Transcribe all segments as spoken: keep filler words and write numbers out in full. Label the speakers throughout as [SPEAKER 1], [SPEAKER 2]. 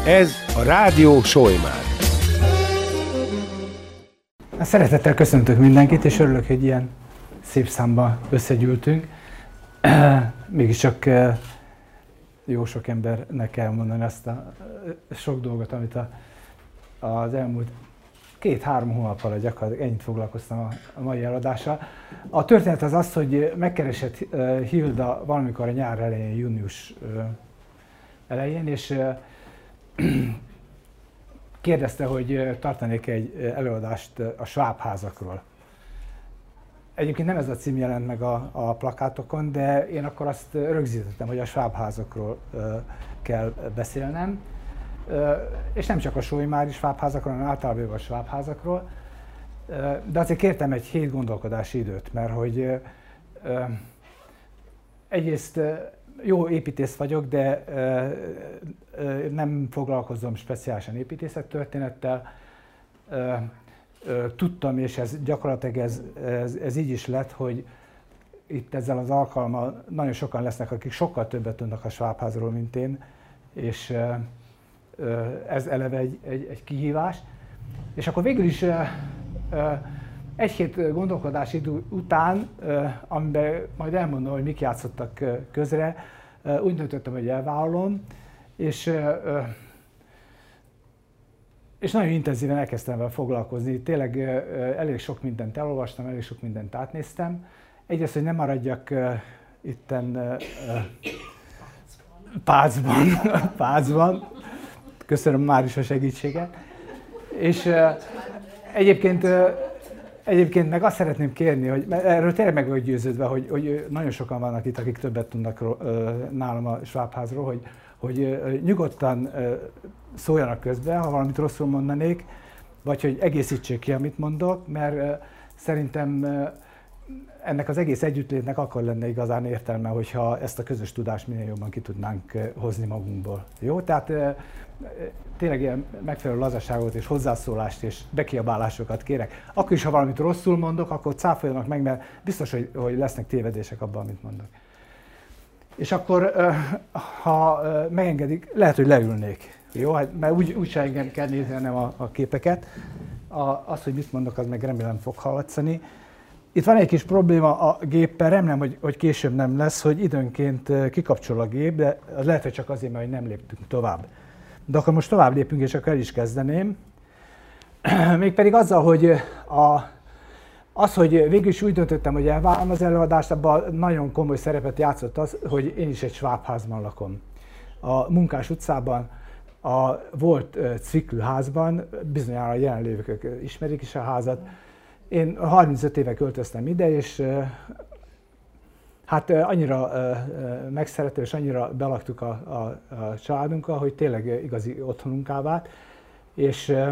[SPEAKER 1] Ez a Rádió Sólymár.
[SPEAKER 2] Szeretettel köszöntök mindenkit, és örülök, hogy ilyen szép számban összegyűltünk. Mégiscsak jó sok embernek kell mondani azt a sok dolgot, amit a, az elmúlt két-három hónappal gyakorlatilag ennyit foglalkoztam a, a mai eladással. A történet az az, hogy megkeresett Hilda valamikor a nyár elején, június elején, és kérdezte, hogy tartanék egy előadást a Schwab házakról. Egyébként nem ez a cím jelent meg a, a plakátokon, de én akkor azt rögzítettem, hogy a Schwab házakról uh, kell beszélnem. Uh, és nem csak a Solymári Schwab házakról, hanem általában a Schwab házakról. Uh, de azért kértem egy hét gondolkodási időt, mert hogy uh, uh, egyrészt uh, jó építész vagyok, de uh, uh, nem foglalkozom speciálisan építészettörténettel. Uh, Tudtam, és ez gyakorlatilag ez, ez, ez így is lett, hogy itt ezzel az alkalommal nagyon sokan lesznek, akik sokkal többet tudnak a Schwab házról, mint én, és ez eleve egy, egy, egy kihívás. És akkor végül is egy-hét gondolkodási idő után, amiben majd elmondom, hogy mik játszottak közre, úgy döntöttem, hogy elvállalom, és És nagyon intenzíven elkezdtem vele foglalkozni. Tényleg elég sok mindent elolvastam, elég sok mindent átnéztem. Egyrészt, hogy nem maradjak uh, itten uh, pácban, pácban. Köszönöm már is a segítséget. És uh, egyébként, uh, egyébként meg azt szeretném kérni, hogy erről tényleg meg vagyok győződve, hogy, hogy nagyon sokan vannak itt, akik többet tudnak uh, nálam a Schwab házról, hogy, hogy uh, nyugodtan uh, szóljanak közben, ha valamit rosszul mondanék, vagy hogy egészítsék ki, amit mondok, mert uh, szerintem uh, ennek az egész együttlétnek akkor lenne igazán értelme, hogyha ezt a közös tudást minél jobban ki tudnánk uh, hozni magunkból. Jó? Tehát uh, tényleg ilyen megfelelő lazaságot és hozzászólást és bekiabálásokat kérek. Akkor is, ha valamit rosszul mondok, akkor cáfoljanak meg, mert biztos, hogy, hogy lesznek tévedések abban, amit mondok. És akkor, uh, ha uh, megengedik, lehet, hogy leülnék. Jó, hát, mert úgy, úgy sem kell nézni, hanem a, a képeket. A, az, hogy mit mondok, az meg remélem fog hallatszani. Itt van egy kis probléma a géppel, remélem, hogy, hogy később nem lesz, hogy időnként kikapcsol a gép, de az lehet, hogy csak azért, mert nem léptünk tovább. De akkor most tovább lépünk, és akkor el is kezdeném. Mégpedig azzal, hogy a, az, hogy végül is úgy döntöttem, hogy elvállom az előadást, abban nagyon komoly szerepet játszott az, hogy én is egy Schwab házban lakom. A Munkás utcában, a volt uh, Cviklő házban, bizonyára a jelenlévők ismerik is a házat. Én harmincöt éve költöztem ide, és uh, hát uh, annyira uh, megszerető és annyira belaktuk a, a, a családunkkal, hogy tényleg uh, igazi otthonunká vált. És uh,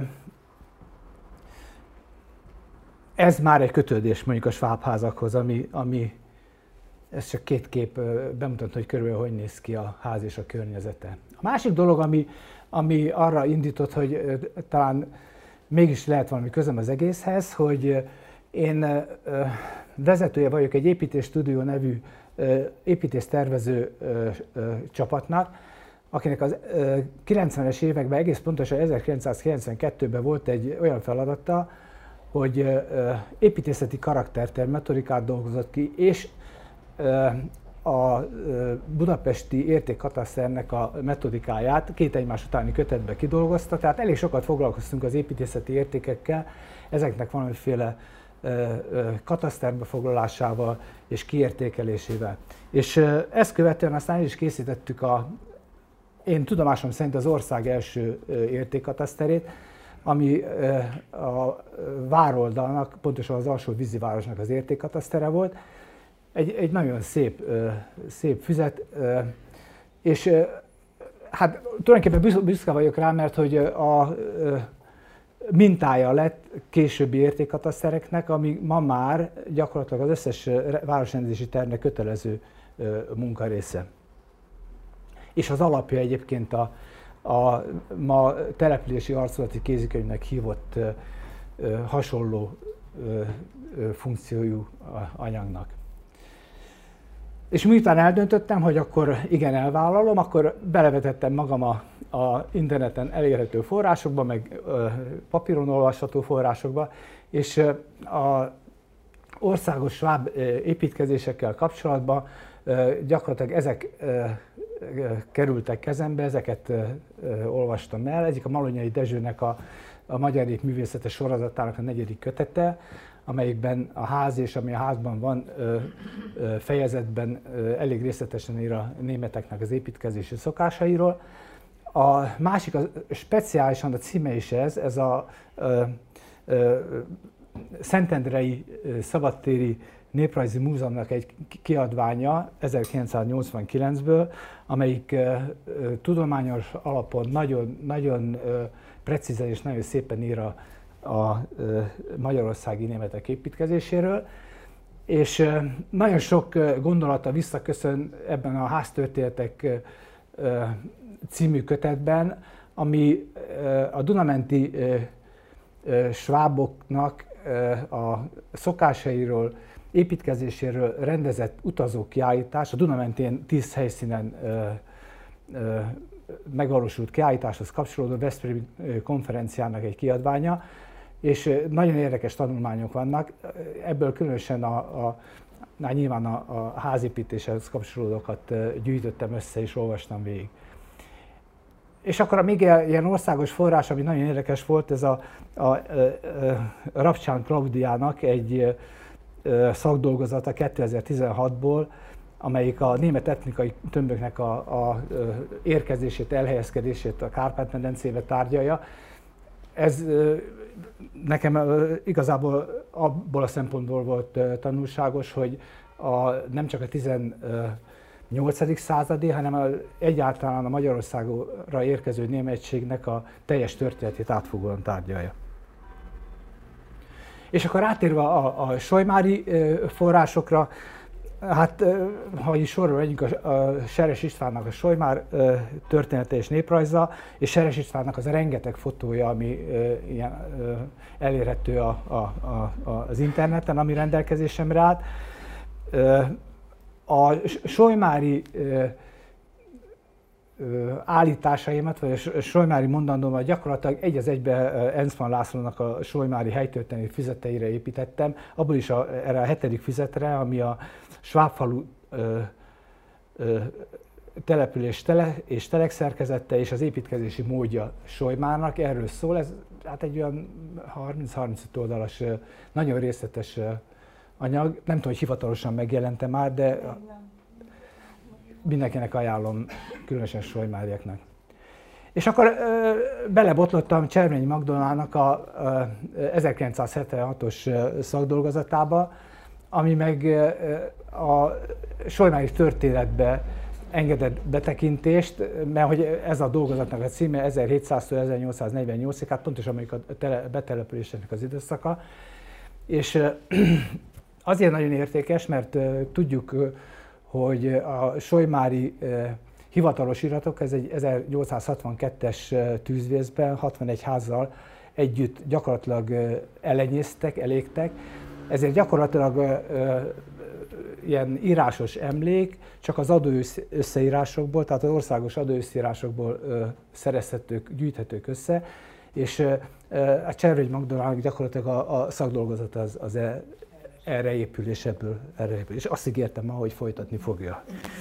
[SPEAKER 2] ez már egy kötődés mondjuk a Schwab házakhoz, ami, ami ez csak két kép uh, bemutatja, hogy körülbelül hogy néz ki a ház és a környezete. A másik dolog, ami ami arra indított, hogy talán mégis lehet valami közöm az egészhez, hogy én vezetője vagyok egy építésstúdió nevű építésztervező csapatnak, akinek az kilencvenes években, egész pontosan ezerkilencszázkilencvenkettőben volt egy olyan feladata, hogy építészeti karakterterv metodikát dolgozott ki, és a budapesti értékkataszternek a metodikáját két egymás utáni kötetbe kidolgozta, tehát elég sokat foglalkoztunk az építészeti értékekkel, ezeknek valamiféle kataszterbe foglalásával és kiértékelésével. És ezt követően aztán is készítettük a, én tudomásom szerint az ország első értékkataszterét, ami a vároldalnak, pontosan az alsó vízivárosnak az értékkatasztere volt. Egy, egy nagyon szép, szép füzet, és hát tulajdonképpen büszke vagyok rá, mert hogy a mintája lett későbbi értékkatasztereknek, ami ma már gyakorlatilag az összes városrendezési tervnek kötelező munkarésze. És az alapja egyébként a, a ma települési arculati kézikönyvnek hívott hasonló funkciójú anyagnak. És miután eldöntöttem, hogy akkor igen, elvállalom, akkor belevetettem magam a a interneten elérhető forrásokba, meg papíron olvasható forrásokba, és a országos sváb építkezésekkel kapcsolatban gyakorlatilag ezek kerültek kezembe, ezeket olvastam el. Egyik a Malonyai Dezsőnek a, a Magyar Nép művészete sorozatának a negyedik kötete, amelyikben a ház és ami a házban van fejezetben elég részletesen ír a németeknek az építkezési szokásairól. A másik, a, speciálisan a címe is ez, ez a ö, ö, Szentendrei Szabadtéri Néprajzi Múzeumnak egy kiadványa ezerkilencszáznyolcvankilencből, amelyik ö, ö, tudományos alapon nagyon, nagyon ö, precízen és nagyon szépen ír a, a ö, magyarországi németek építkezéséről. És ö, nagyon ö, gondolata visszaköszön ebben a Háztörténetek ö, című kötetben, ami a dunamenti sváboknak a szokásairól, építkezéséről rendezett utazókiállítás, a Dunamentén tíz helyszínen megvalósult kiállításhoz kapcsolódó Veszprémi konferenciának egy kiadványa, és nagyon érdekes tanulmányok vannak, ebből különösen a, a Na, nyilván a, a házépítéshez kapcsolódókat gyűjtöttem össze és olvastam végig. És akkor a még ilyen országos forrás, ami nagyon érdekes volt, ez a, a, a, a Rapcsán Klaudiának egy szakdolgozata kétezer-tizenhatból, amelyik a német etnikai tömböknek a, a érkezését, elhelyezkedését a Kárpát-medencébe tárgyalja. Ez nekem igazából abból a szempontból volt tanulságos, hogy a, nem csak a tizennyolcadik századi, hanem a, egyáltalán a Magyarországra érkező németségnek a teljes történetét átfogóan tárgyalja. És akkor rátérve a, a solymári forrásokra, hát ha is sorról vegyünk, a, a Seres Istvánnak a Solymár története és néprajza, és Seres Istvánnak az a rengeteg fotója, ami ilyen, elérhető a, a, a, az interneten, ami rendelkezésemre állt. A solymári állításaimat, vagy a solymári mondandómat gyakorlatilag egy az egybe Enzmann Lászlónak a solymári helytörténeti füzeteire építettem, abból is a, erre a hetedik füzetre, ami a Svábfalu ö, ö, település tele, és telekszerkezete és az építkezési módja Solymárnak, erről szól. Ez hát egy olyan harminc-harmincöt oldalas, nagyon részletes anyag. Nem tudom, hogy hivatalosan megjelente már, de mindenkinek ajánlom, különösen solymáriaknak. És akkor ö, belebotlottam Cserményi Magdonának a, a ezerkilencszázhetvenhatos szakdolgozatába, ami meg ö, a solymári történetbe engedett betekintést, mert hogy ez a dolgozatnak a címe ezerhétszáztól ezernyolcszáznegyvennyolcig, hát pontosan amelyik a tele, betelepülésnek az időszaka. És ö, azért nagyon értékes, mert ö, tudjuk, ö, hogy a solymári eh, hivatalos iratok, ez egy ezernyolcszázhatvankettes eh, tűzvészben hatvanegy házzal együtt gyakorlatilag eh, elenyésztek, elégtek, ezért gyakorlatilag eh, eh, ilyen írásos emlék csak az adóösszeírásokból, tehát az országos adóösszírásokból eh, szerezhetők, gyűjthetők össze, és eh, a Cserményi Magdonának gyakorlatilag a, a szakdolgozata az, az e, erre épül, és ebből erre épül. És azt ígértem ma, hogy folytatni fogja.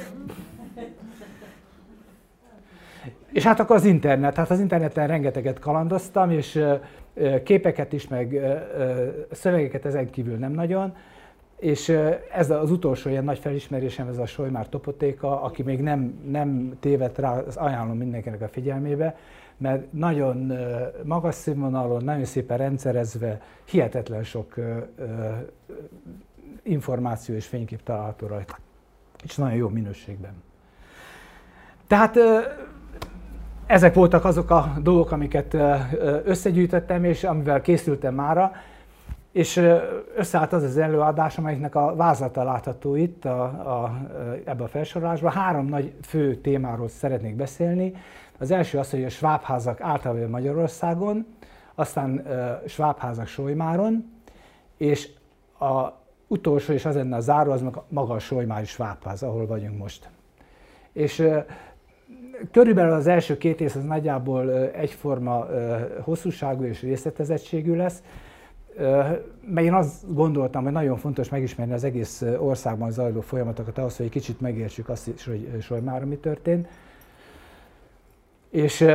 [SPEAKER 2] És hát akkor az internet. Hát az interneten rengeteget kalandoztam, és képeket is, meg szövegeket ezen kívül nem nagyon. És ez az utolsó ilyen nagy felismerésem, ez a Solymár topotéka, aki még nem, nem tévedt rá, azt ajánlom mindenkinek a figyelmébe, mert nagyon magas színvonalon, nagyon szépen rendszerezve, hihetetlen sok információ és fénykép található rajta, és nagyon jó minőségben. Tehát ezek voltak azok a dolgok, amiket összegyűjtöttem, és amivel készültem mára, és összeállt az az előadás, amelyiknek a vázlata látható itt a, a, ebben a felsorolásban. Három nagy fő témáról szeretnék beszélni. Az első az, hogy a svábházak általában Magyarországon, aztán uh, svábházak Solymáron, és a utolsó, és az lenne a záró, az maga a solymári svábház, ahol vagyunk most. És uh, Körülbelül az első két rész az nagyjából egyforma hosszúságú és részletezettségű lesz, mert én azt gondoltam, hogy nagyon fontos megismerni az egész országban zajló folyamatokat ahhoz, hogy egy kicsit megértsük azt is, hogy Solymáron mi történt. És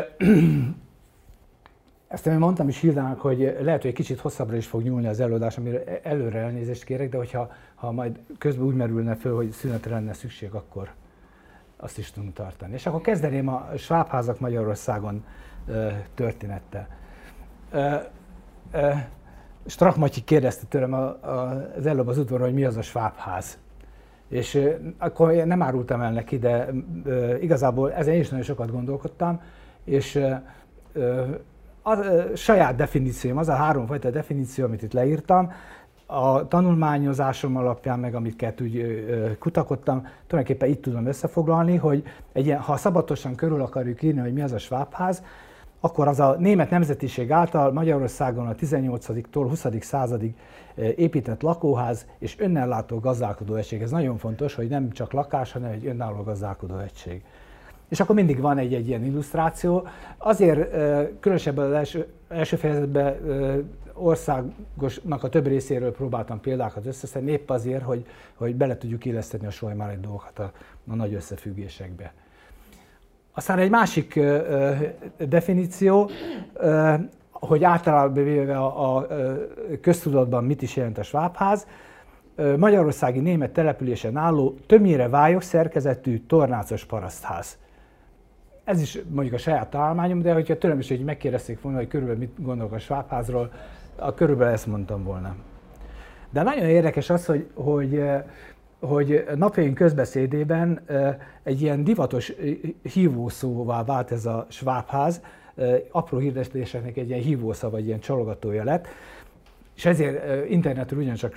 [SPEAKER 2] ezt én mondtam is Hildának, hogy lehet, hogy egy kicsit hosszabbra is fog nyúlni az előadás, amire előre elnézést kérek, de hogyha ha majd közben úgy merülne föl, hogy szünetre lenne szükség, akkor azt is tudunk tartani. És akkor kezdeném a svábházak Magyarországon történettel. Strach Matyi kérdezte tőlem az előbb az udvaron, hogy mi az a svábház. És akkor nem árultam el neki, de igazából ezen én is nagyon sokat gondolkodtam, és a saját definícióm, az a háromfajta definíció, amit itt leírtam, a tanulmányozásom alapján, meg amiket úgy kutakodtam, tulajdonképpen itt tudom összefoglalni, hogy egy ilyen, ha szabatosan körül akarjuk írni, hogy mi az a svábház, akkor az a német nemzetiség által Magyarországon a tizennyolcadiktól huszadik századig épített lakóház és önellátó gazdálkodó egység. Ez nagyon fontos, hogy nem csak lakás, hanem egy önálló gazdálkodó egység. És akkor mindig van egy, egy ilyen illusztráció. Azért különösebben az első, első fejezetben országosnak a több részéről próbáltam példákat összeszedni, épp azért, hogy, hogy bele tudjuk illeszteni a solymári dolgokat a, a nagy összefüggésekbe. Aztán egy másik ö, definíció, ö, hogy általában véve a, a köztudatban mit is jelent a svábház. Magyarországi német településen álló, többnyire vályos szerkezetű, tornácos parasztház. Ez is mondjuk a saját találmányom, de hogyha tőlem is így megkérdezték volna, hogy körülbelül mit gondolok a svábházról, körülbelül ezt mondtam volna. De nagyon érdekes az, hogy, hogy, hogy napjaink közbeszédében egy ilyen divatos hívószóvá vált ez a svábház, apró hirdetéseknek egy ilyen hívószava, vagy ilyen csalogatója lett, és ezért internetről ugyancsak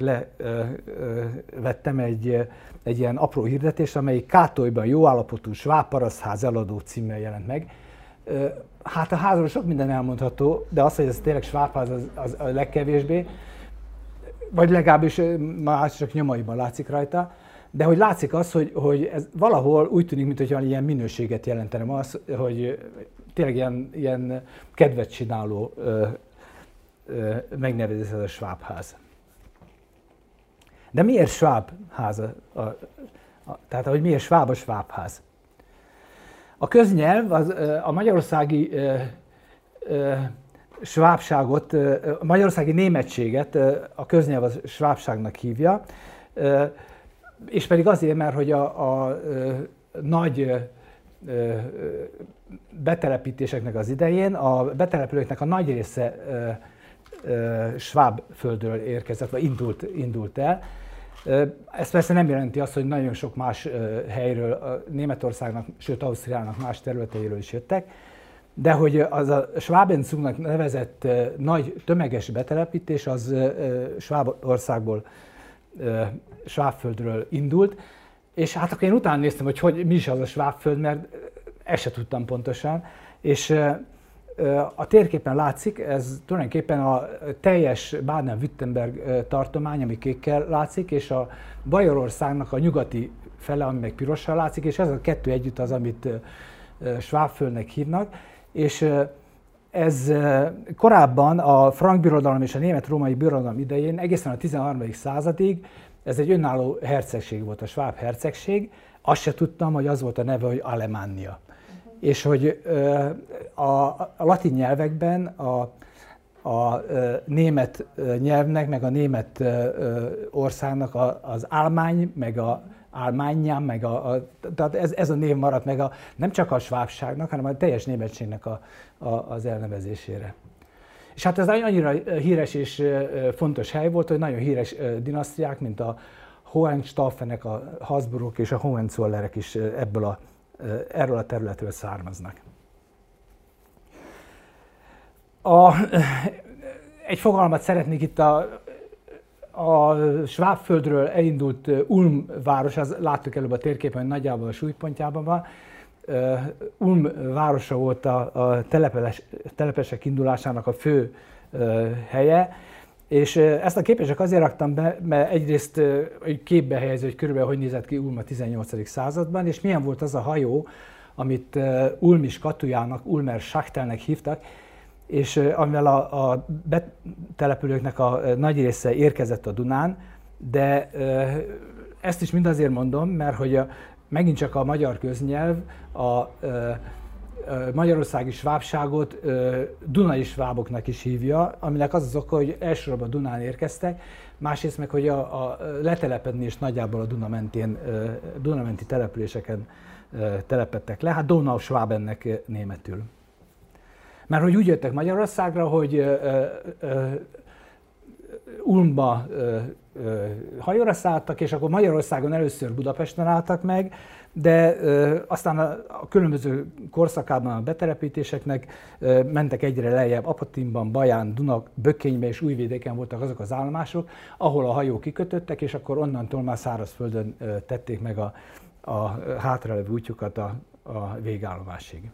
[SPEAKER 2] levettem egy, egy ilyen apró hirdetést, amelyik Kátolyban jó állapotú sváb parasztház eladó címmel jelent meg. Hát a házról sok minden elmondható, de az, hogy ez tényleg svábház, az, az a legkevésbé, vagy legalábbis már csak nyomaiban látszik rajta, de hogy látszik az, hogy, hogy ez valahol úgy tűnik, mintha ilyen minőséget jelentenem az, hogy tényleg ilyen, ilyen kedvet csináló megnevezés ez a svábház. De miért svábház? A, a, a, tehát, hogy miért sváb a svábház? A köznyelv az, a magyarországi ö, ö, svábságot, a magyarországi németséget a köznyelv az svábságnak hívja, ö, és pedig azért, mert hogy a, a, a nagy ö, betelepítéseknek az idején a betelepülőknek a nagy része ö, sváb földről érkezett, vagy indult, indult el. Ez persze nem jelenti azt, hogy nagyon sok más helyről, Németországnak, sőt Ausztriának más területeiről is jöttek, de hogy az a Schwabenzugnak nevezett nagy tömeges betelepítés az Svábországból, Svábföldről indult, és hát akkor én utána néztem, hogy, hogy mi is az a Svábföld, mert ezt se tudtam pontosan, és a térképen látszik, ez tulajdonképpen a teljes Baden-Württemberg tartomány, ami kékkel látszik, és a Bajorországnak a nyugati fele, ami meg pirossal látszik, és ez a kettő együtt az, amit Svábföldnek hívnak. És ez korábban a frank birodalom és a német-római birodalom idején, egészen a tizenharmadik századig, ez egy önálló hercegség volt, a Sváb hercegség. Azt se tudtam, hogy az volt a neve, hogy Alemannia. És hogy a, a latin nyelvekben a, a német nyelvnek, meg a német országnak az álmány, meg a álmányám, meg a, a tehát ez, ez a név maradt meg a, nem csak a svábságnak, hanem a teljes németségnek a, a, az elnevezésére. És hát ez annyira híres és fontos hely volt, hogy nagyon híres dinasztiák, mint a Hohenstaufenek, a Habsburgok és a Hohenzollerek is ebből a erről a területről származnak. A, egy fogalmat szeretnék itt a, a Svábföldről elindult Ulm város, az láttuk előbb a térképen, hogy nagyjából a súlypontjában van. Ulm városa volt a, a telepes, telepesek indulásának a fő helye, és ezt a képet csak azért raktam be, mert egyrészt képbe helyező, hogy körülbelül hogy nézett ki Ulm a tizennyolcadik században, és milyen volt az a hajó, amit Ulm is Katujának, Ulmer Schachtelnek hívtak, és amivel a, a betelepülőknek a nagy része érkezett a Dunán, de ezt is mind azért mondom, mert hogy a, megint csak a magyar köznyelv a, a, a magyarországi svábságot dunai sváboknak is hívja, aminek az az oka, hogy elsősorban a Dunán érkeztek, másrészt meg, hogy a, a letelepedni is nagyjából a Duna mentén, Dunamenti településeken telepedtek le, hát Donau-Schwabennek németül. Mert hogy úgy jöttek Magyarországra, hogy ö, ö, Ulmba ö, ö, hajóra szálltak, és akkor Magyarországon először Budapesten álltak meg, de ö, aztán a, a különböző korszakában a betelepítéseknek ö, mentek egyre lejjebb. Apatinban, Baján, Duna, Bökkenyben és Újvidéken voltak azok az állomások, ahol a hajók kikötöttek, és akkor onnantól már szárazföldön ö, tették meg a, a hátralevő útjukat a, a végállomásig.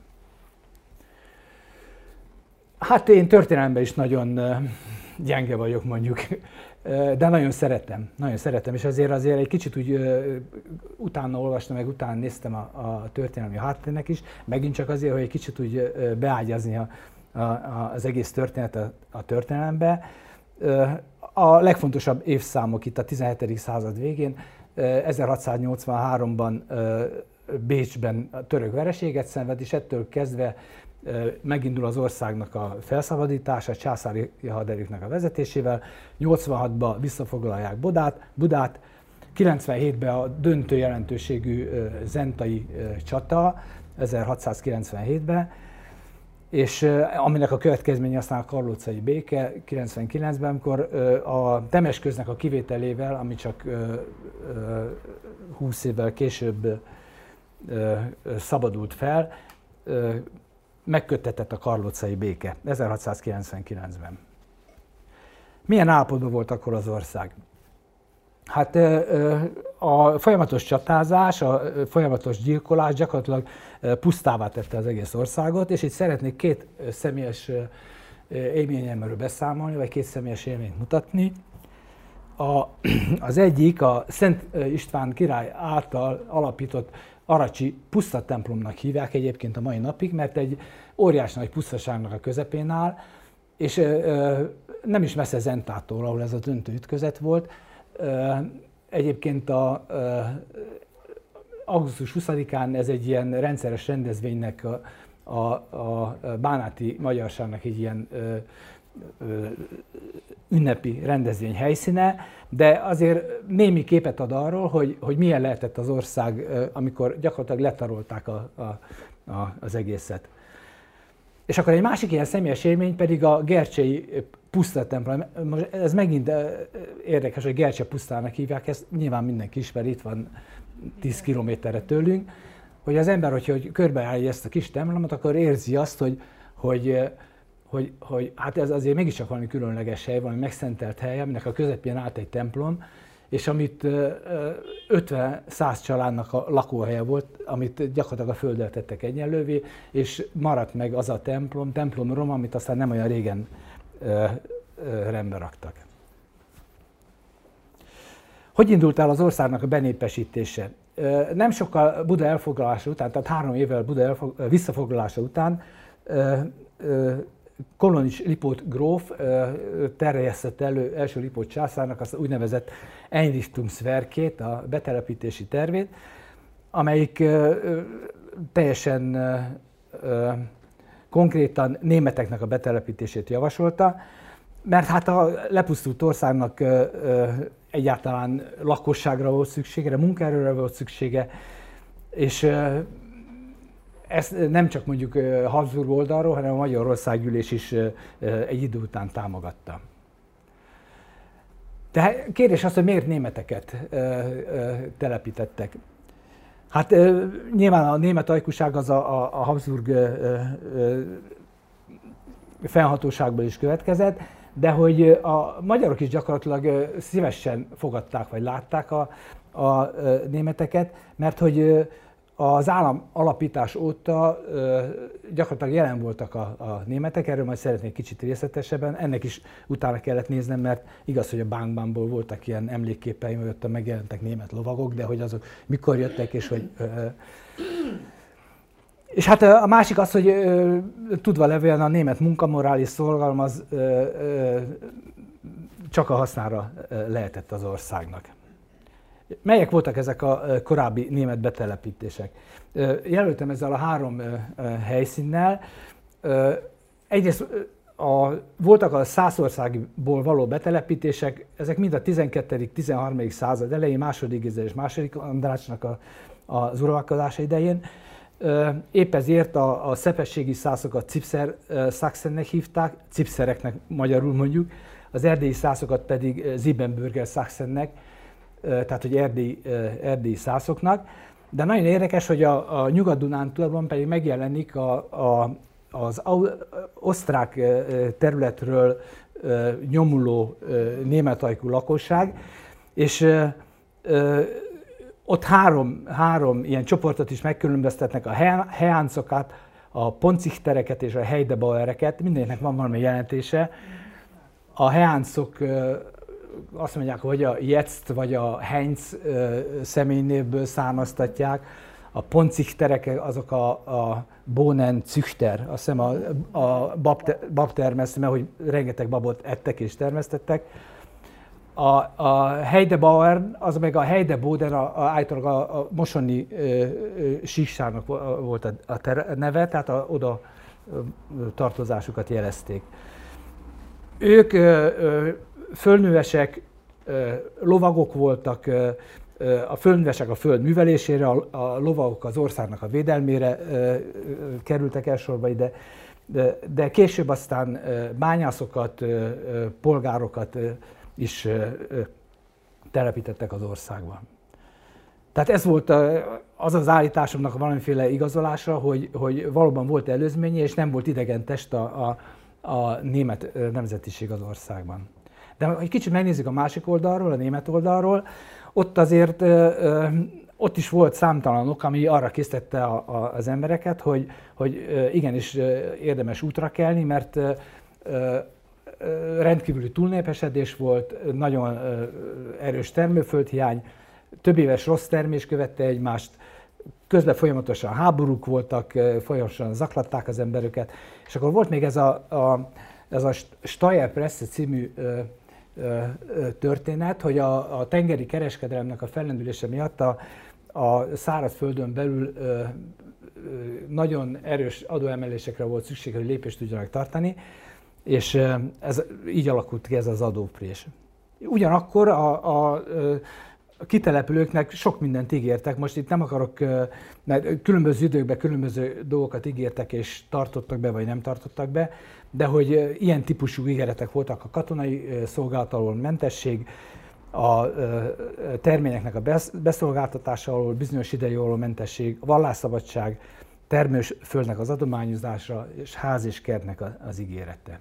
[SPEAKER 2] Hát én történelemben is nagyon gyenge vagyok mondjuk, de nagyon szeretem, nagyon szeretem, és azért azért egy kicsit úgy utána olvastam, meg utána néztem a, a történelmi háttérnek is, megint csak azért, hogy egy kicsit úgy beágyazni a, a, az egész történet a, a történelembe. A legfontosabb évszámok itt a tizenhetedik század végén, ezerhatszáznyolcvanháromban Bécsben a török vereséget szenved, és ettől kezdve megindul az országnak a felszabadítása, a császári haderőknek a vezetésével, nyolcvanhatban visszafoglalják Budát, Budát, kilencvenhétben a döntő jelentőségű zentai csata, ezerhatszázkilencvenhétben, és aminek a következménye aztán a karlócai béke kilencvenkilencben, amikor a Temesköznek a kivételével, ami csak húsz évvel később szabadult fel, megköttetett a karlócai béke ezerhatszázkilencvenkilencben. Milyen állapotban volt akkor az ország? Hát a folyamatos csatázás, a folyamatos gyilkolás gyakorlatilag pusztává tette az egész országot, és itt szeretnék két személyes élményemről beszámolni, vagy két személyes élményt mutatni. A, az egyik a Szent István király által alapított Aracsi puszta templomnak hívják egyébként a mai napig, mert egy óriás nagy pusztaságnak a közepén áll, és ö, nem is messze Zentától, ahol ez a döntő ütközet volt. Ö, egyébként a, ö, augusztus huszadikán ez egy ilyen rendszeres rendezvénynek, a, a, a bánáti magyarságnak egy ilyen ö, ö, ünnepi rendezvény helyszíne, de azért némi képet ad arról, hogy, hogy milyen lehetett az ország, amikor gyakorlatilag letarolták a, a, a, az egészet. És akkor egy másik ilyen személyes élmény pedig a Gercsei puszta templom. Ez megint érdekes, hogy Gercse pusztának hívják, ezt nyilván mindenki ismeri, itt van tíz kilométerre tőlünk, hogy az ember, hogyha hogy körbeállja ezt a kis templomot, akkor érzi azt, hogy, hogy Hogy, hogy hát ez azért mégiscsak valami különleges hely, valami megszentelt hely, aminek a közepén állt egy templom, és amit ötven-száz családnak a lakóhelye volt, amit gyakorlatilag a földdel tettek egyenlővé, és maradt meg az a templom, templom Roma, amit aztán nem olyan régen ö, ö, rendbe raktak. Hogy indult el az országnak a benépesítése? Nem sokkal Buda elfoglalása után, tehát három évvel Buda elfog, visszafoglalása után Kolonis Lipót gróf terjesztett elő első Lipót császárnak az úgynevezett Einrichtungswerkét, a betelepítési tervét, amelyik teljesen konkrétan németeknek a betelepítését javasolta, mert hát a lepusztult országnak egyáltalán lakosságra volt szüksége, munkaerőre volt szüksége, és ezt nem csak mondjuk Habsburg oldalról, hanem a Magyarországgyűlés is egy idő után támogatta. De kérdés az, hogy miért németeket telepítettek. Hát nyilván a német ajkúság az a, a Habsburg fennhatóságból is következett, de hogy a magyarok is gyakorlatilag szívesen fogadták vagy látták a, a németeket, mert hogy az állam alapítás óta ö, gyakorlatilag jelen voltak a, a németek, erről majd szeretnék kicsit részletesebben, ennek is utána kellett néznem, mert igaz, hogy a Bánkbánból voltak ilyen emlékképeim, hogy ott megjelentek német lovagok, de hogy azok mikor jöttek és hogy... Ö, És hát a másik az, hogy ö, tudva levően a német munkamorális szolgalom az ö, ö, csak a hasznára lehetett az országnak. Melyek voltak ezek a korábbi német betelepítések? Jelöltem ezzel a három helyszínnel. Egyrészt a, voltak a Szászországból való betelepítések, ezek mind a tizenkettedik tizenharmadik század elején, második Géza és második Andrássnak a, az uralkodása idején. Épp ezért a, a szepességi szászokat Cipser Sachsennek hívták, cipszereknek magyarul mondjuk, az erdélyi szászokat pedig Siebenbürger Sachsennek, tehát hogy erdélyi, erdélyi szászoknak. De nagyon érdekes, hogy a, a Nyugat-Dunántúlban pedig megjelenik a, a, az osztrák területről nyomuló németajkú lakosság, és ott három, három ilyen csoportot is megkülönböztetnek, a Heáncokat, a Ponzichtereket és a Heidebauereket, mindennek van valami jelentése. A Heáncok azt mondják, hogy a Jetzt vagy a Heinz személynévből származtatják, a Ponzichterek azok a, a Bohnen Züchter, azt hiszem a, a bab, bab termesztő, mert hogy rengeteg babot ettek és termesztettek. A, a Heidebauer, az meg a Heideboden, a, a, általában a, a mosoni ö, ö, síkságnak volt a, a ter, neve, tehát a, oda ö, tartozásukat jelezték. Ők ö, ö, földművesek, ö, lovagok voltak, ö, a földművesek a föld művelésére, a, a lovagok az országnak a védelmére ö, ö, kerültek elsorba ide, de, de később aztán ö, bányászokat, ö, ö, polgárokat ö, is ö, ö, telepítettek az országban. Tehát ez volt a, az az állításomnak valamiféle igazolása, hogy, hogy valóban volt előzménye, és nem volt idegen test a, a, a német nemzetiség az országban. De ha egy kicsit megnézzük a másik oldalról, a német oldalról, ott azért ö, ö, ott is volt számtalan ok, ami arra késztette a, a, az embereket, hogy, hogy ö, igenis ö, érdemes útra kelni, mert ö, ö, rendkívüli túlnépesedés volt, nagyon ö, erős termőföldhiány, több éves rossz termés követte egymást, közben folyamatosan háborúk voltak, folyamatosan zaklatták az embereket, és akkor volt még ez a, a, ez a Steuerpresse című ö, ö, történet, hogy a, a tengeri kereskedelemnek a fellendülése miatt a, a szárazföldön belül ö, ö, nagyon erős adóemelésekre volt szükség, hogy lépést tudjanak tartani, és ez, így alakult ki ez az adóprés. Ugyanakkor a, a, a kitelepülőknek sok mindent ígértek, most itt nem akarok, mert különböző időkben különböző dolgokat ígértek és tartottak be, vagy nem tartottak be, de hogy ilyen típusú ígéretek voltak: a katonai szolgálat alól mentesség, a terményeknek a beszolgáltatása alól bizonyos idejű alól mentesség, a vallásszabadság, termős földnek az adományozása és ház és kertnek az ígérete.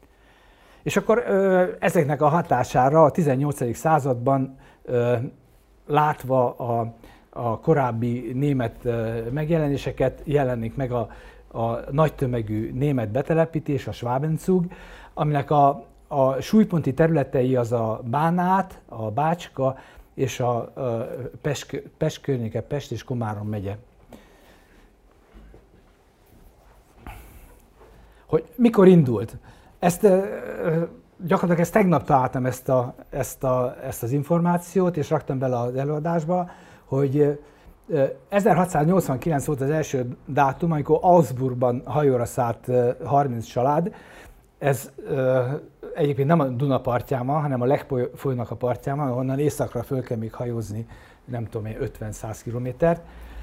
[SPEAKER 2] És akkor ö, ezeknek a hatására a tizennyolcadik században ö, látva a, a korábbi német ö, megjelenéseket jelenik meg a, a nagy tömegű német betelepítés, a Schwabenzug, aminek a, a súlyponti területei az a Bánát, a Bácska és a, a Pest, Pest környéke, Pest és Komárom megye. Hogy mikor indult? Ezt gyakorlatilag ezt tegnap találtam ezt, a, ezt, a, ezt az információt, és raktam bele az előadásba, hogy ezerhatszáznyolcvankilenc volt az első dátum, amikor Augsburgban hajóra szállt harminc család. Ez egyébként nem a Duna partján van, hanem a Lech folyónak a partján van, onnan északra föl kell még hajózni, nem tudom én, ötven-száz kilométert.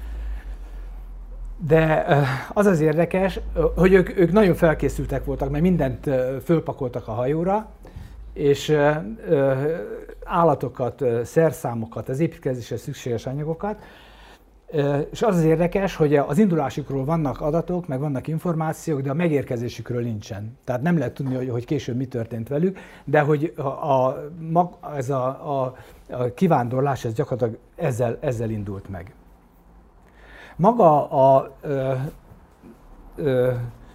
[SPEAKER 2] De az az érdekes, hogy ők, ők nagyon felkészültek voltak, mert mindent fölpakoltak a hajóra, és állatokat, szerszámokat, az építkezésre szükséges anyagokat. És az az érdekes, hogy az indulásukról vannak adatok, meg vannak információk, de a megérkezésükről nincsen. Tehát nem lehet tudni, hogy, hogy később mi történt velük, de hogy a, a, ez a, a, a kivándorlás ez gyakorlatilag ezzel, ezzel indult meg. Maga a, ö, ö,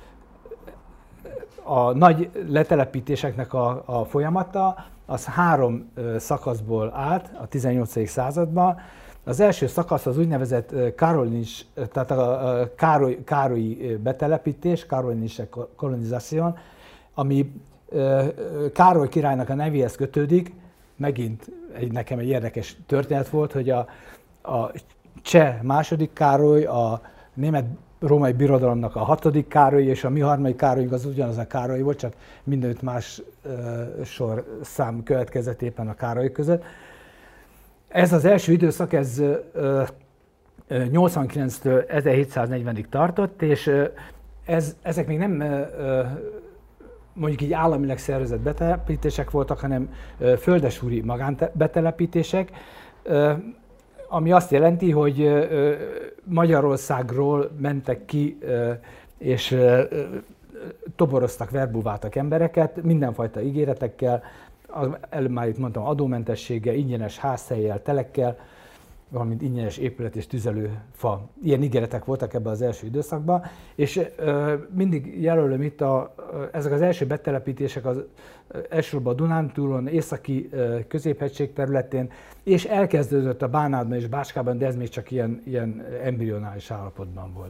[SPEAKER 2] a nagy letelepítéseknek a, a folyamata az három ö, szakaszból állt a tizennyolcadik században. Az első szakasz az úgynevezett Karolinsz, tehát a Károly, Károlyi betelepítés, Karolinsze kolonizáción, ami Károly királynak a nevéhez kötődik. Megint egy, nekem egy érdekes történet volt, hogy a, a cseh második Károly, a német római birodalomnak a hatodik Károly, és a mi harmadik Károlyunk az ugyanaz a Károly volt, csak mindenütt más uh, sorszám következett éppen a Károly között. Ez az első időszak, ez uh, nyolcvankilenctől ezerhétszáznegyvenig tartott, és uh, ez, ezek még nem uh, mondjuk így államileg szervezett betelepítések voltak, hanem uh, földesúri magánbetelepítések, uh, ami azt jelenti, hogy uh, Magyarországról mentek ki uh, és uh, toboroztak, verbuváltak embereket mindenfajta ígéretekkel, előbb már itt mondtam, adómentességgel, ingyenes házhellyel, telekkel, valamint ingyenes épület és tüzelőfa. Ilyen ígéretek voltak ebben az első időszakban, és ö, mindig jelölöm itt, a, ezek az első betelepítések az elsősorban a Dunántúlon, északi ö, középhegység területén, és elkezdődött a Bánátban és Bácskában, de ez még csak ilyen, ilyen embrionális állapotban volt.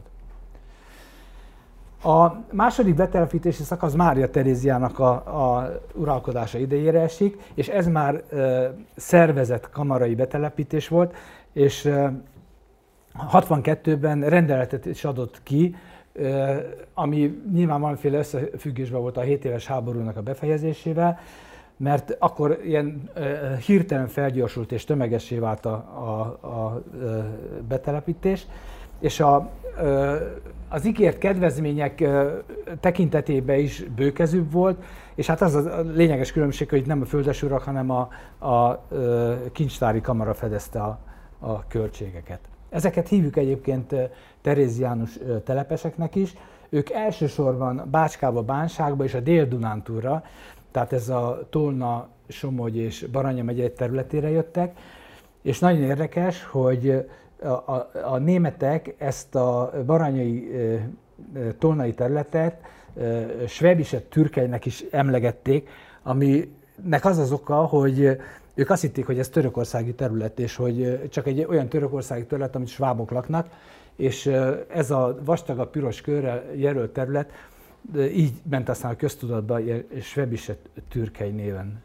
[SPEAKER 2] A második betelepítési szakasz Mária Teréziának a, a uralkodása idejére esik, és ez már e, szervezett kamarai betelepítés volt, és e, hatvankettőben rendeletet is adott ki, e, ami nyilván valamiféle összefüggésben volt a hét éves háborúnak a befejezésével, mert akkor ilyen e, hirtelen felgyorsult és tömegessé vált a, a, a betelepítés, és a az ígért kedvezmények tekintetében is bőkezűbb volt, és hát az a lényeges különbség, hogy nem a földesurak, hanem a, a kincstári kamara fedezte a, a költségeket. Ezeket hívjuk egyébként teréziánus telepeseknek is. Ők elsősorban Bácskába, Bánságba és a Dél-Dunántúlra, tehát ez a Tolna, Somogy és Baranya megye területére jöttek, és nagyon érdekes, hogy A, a, a németek ezt a baranyai, e, tolnai területet e, Schwäbische Türkeinek is emlegették, aminek az az oka, hogy ők azt hitték, hogy ez törökországi terület, és hogy csak egy olyan törökországi terület, amit svábok laknak, és ez a vastagabb piros körrel jelölt terület így ment aztán a köztudatba Schwäbische Türkei néven.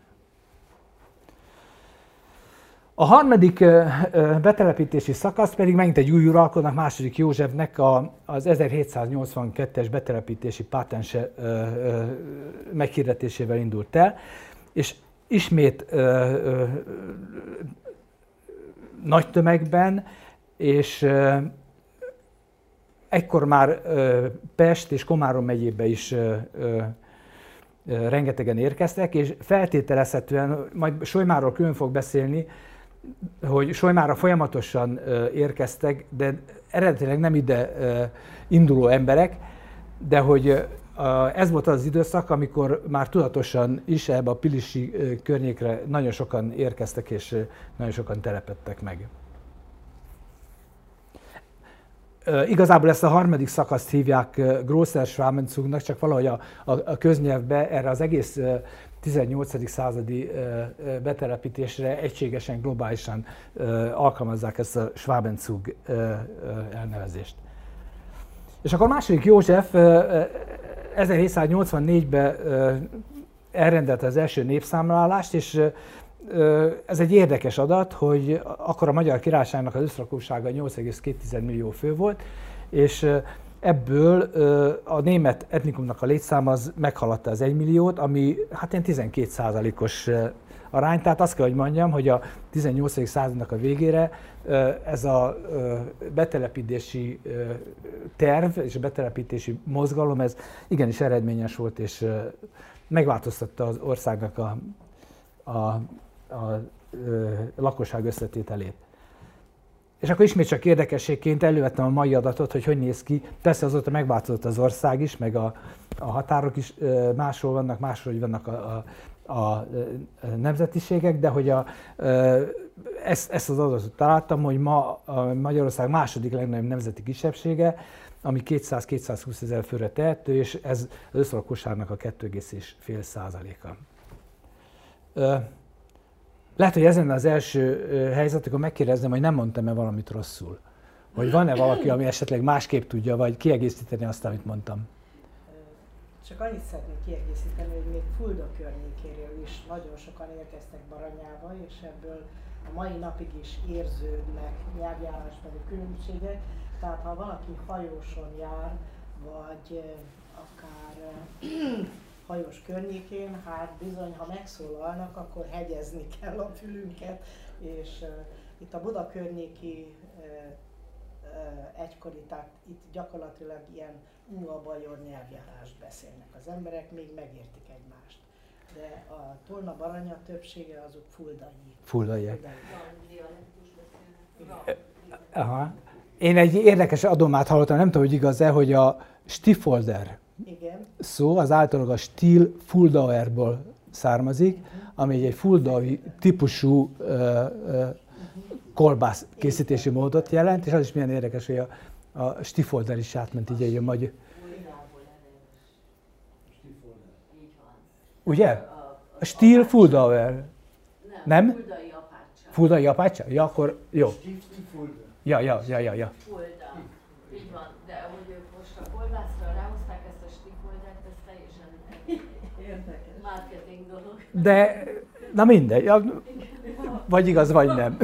[SPEAKER 2] A harmadik betelepítési szakasz pedig megint egy új uralkodónak, második Józsefnek a, az ezerhétszáznyolcvankettes betelepítési pátense meghirdetésével indult el, és ismét ö, ö, nagy tömegben, és ö, ekkor már ö, Pest és Komárom megyébe is ö, ö, rengetegen érkeztek, és feltételezhetően, majd Solymáról külön fog beszélni, hogy Solymára folyamatosan érkeztek, de eredetileg nem ide induló emberek, de hogy ez volt az időszak, amikor már tudatosan is ebbe a pilisi környékre nagyon sokan érkeztek, és nagyon sokan telepedtek meg. Igazából ezt a harmadik szakaszt hívják Grosser Schwabenzugnak, csak valahogy a, a, a köznyelvbe erre az egész tizennyolcadik századi betelepítésre egységesen, globálisan alkalmazzák ezt a Schwabenzug elnevezést. És akkor második József ezerhétszáznyolcvannégyben elrendelte az első népszámlálást, és ez egy érdekes adat, hogy akkor a Magyar Királyságnak az összlakossága nyolc egész két millió fő volt, és ebből a német etnikumnak a létszáma az meghaladta az egymilliót, ami hát ilyen tizenkét százalékos arány. Tehát azt kell, hogy mondjam, hogy a tizennyolcadik századnak a végére ez a betelepítési terv és a betelepítési mozgalom, ez igenis eredményes volt, és megváltoztatta az országnak a, a, a, a lakosság összetételét. És akkor ismét csak érdekességként elővettem a mai adatot, hogy hogy néz ki. Persze azóta megváltozott az ország is, meg a, a határok is máshol vannak, máshol vannak a, a, a nemzetiségek, de hogy a, ezt, ezt az adatot találtam, hogy ma a Magyarország második legnagyobb nemzeti kisebbsége, ami kétszáz-kétszázhúsz ezer főre tehető, és ez az összlakosságnak a kettő egész öt százaléka. Lehet, hogy ezen az első helyzet, akkor megkérdezném, hogy nem mondtam-e valamit rosszul. Hogy van-e valaki, ami esetleg másképp tudja, vagy kiegészíteni azt, amit mondtam.
[SPEAKER 3] Csak annyit szeretnék kiegészíteni, hogy még Fulda környékéről is nagyon sokan érkeztek Baranyába, és ebből a mai napig is érződnek nyelvjárásbeli különbségek. Tehát ha valaki hajóson jár, vagy akár hajós környékén, hát bizony, ha megszólalnak, akkor hegyezni kell a fülünket, és uh, itt a Buda környéki uh, uh, egykori, tehát itt gyakorlatilag ilyen unga-bajor nyelvjárást beszélnek az emberek, még megértik egymást. De a Tolna-Baranya többsége azok fuldai.
[SPEAKER 2] Fuldaiak. Aha. Én egy érdekes adomát hallottam, nem tudom, hogy igaz-e, hogy a Stifolder
[SPEAKER 3] Igen.
[SPEAKER 2] szó az általában a Stil Fuldauerból származik, uh-huh. ami egy fuldai típusú uh, uh, kolbász készítési módot jelent, és az is milyen érdekes, hogy a, a Stifolder is átment így egy magyar. Ugye? A Stil Fuldauer. Nem?
[SPEAKER 4] Fuldai apácsa.
[SPEAKER 2] Fuldai apácsa? Ja, akkor jó. Ja, ja, ja, ja, ja.
[SPEAKER 4] Fulda. Így van, de hogy ők most a kolbászra ráhozták ezt a Stifoldert, ez teljesen érdekes marketing dolog.
[SPEAKER 2] De, na mindegy, vagy igaz, vagy nem.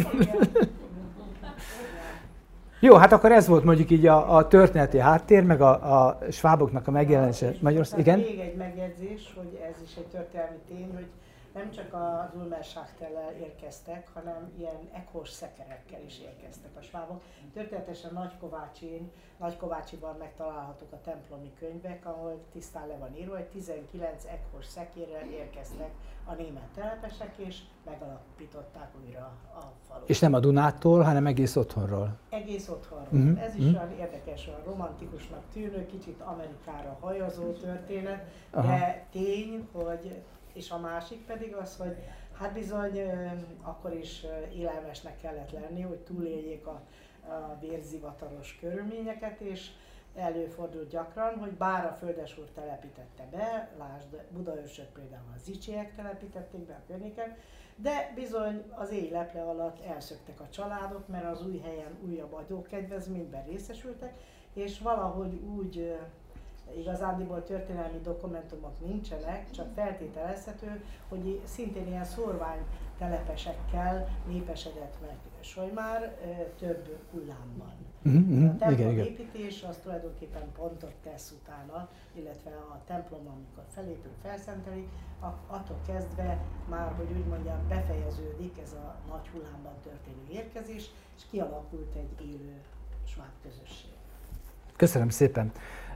[SPEAKER 2] Jó, hát akkor ez volt mondjuk így a, a történeti háttér, meg a, a sváboknak a megjelenése Magyarországon. Igen?
[SPEAKER 3] Még egy megjegyzés, hogy ez is egy történelmi tény, hogy nem csak az Ulmersáchtellel érkeztek, hanem ilyen ekhors szekerekkel is érkeztek a svábok. Történetesen Nagykovácsin, Nagykovácsiban megtalálhatók a templomi könyvek, ahol tisztán le van írva, hogy tizenkilenc ekhors szekérrel érkeztek a német telepesek, és megalapították újra a falut.
[SPEAKER 2] És nem a Dunától, hanem egész otthonról.
[SPEAKER 3] Egész otthonról.
[SPEAKER 2] Uh-huh.
[SPEAKER 3] Ez is uh-huh. olyan érdekes, olyan romantikusnak tűnő, kicsit Amerikára hajazó történet,
[SPEAKER 2] Aha.
[SPEAKER 3] de tény, hogy és a másik pedig az, hogy hát bizony akkor is élelmesnek kellett lenni, hogy túléljék a, a vérzivataros körülményeket, és előfordult gyakran, hogy bár a földesúr telepítette be, lásd Budaörsöt például a zicsiek telepítették be a környéken, de bizony az éj leple alatt elszöktek a családok, mert az új helyen újabb adókedvezményben részesültek, és valahogy úgy igazándiból történelmi dokumentumok nincsenek, csak feltételezhető, hogy szintén ilyen szórvány telepesekkel népesedett meg Solymár több hullámban.
[SPEAKER 2] Uh-huh,
[SPEAKER 3] a templom
[SPEAKER 2] igen, igen.
[SPEAKER 3] építés az tulajdonképpen pontot tesz utána, illetve a templom, amikor felépül, felszentelik, attól kezdve már, hogy úgy mondjam, befejeződik ez a nagy hullámban történő érkezés, és kialakult egy élő sváb közösség.
[SPEAKER 2] Köszönöm szépen.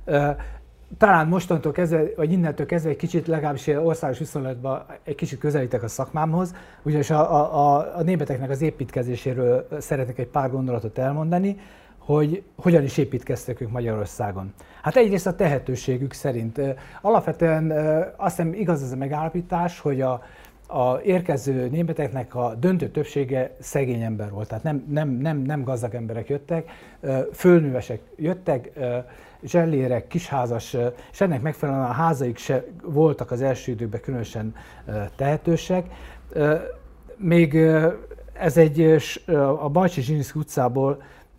[SPEAKER 2] Talán mostantól kezdve, vagy innentől kezdve egy kicsit legalábbis országos viszonylatban egy kicsit közelítek a szakmámhoz, ugyanis a, a, a németeknek az építkezéséről szeretnék egy pár gondolatot elmondani, hogy hogyan is építkeztek ők Magyarországon. Hát egyrészt a tehetőségük szerint. Alapvetően azt hiszem igaz az a megállapítás, hogy a, a érkező németeknek a döntő többsége szegény ember volt. Tehát nem, nem, nem, nem gazdag emberek jöttek, fölnővesek jöttek, zsellérek, kisházas, és ennek megfelelően a házaik se voltak az első időkben különösen tehetősek. Még ez egy a Bajcsi Zsiniszky utcából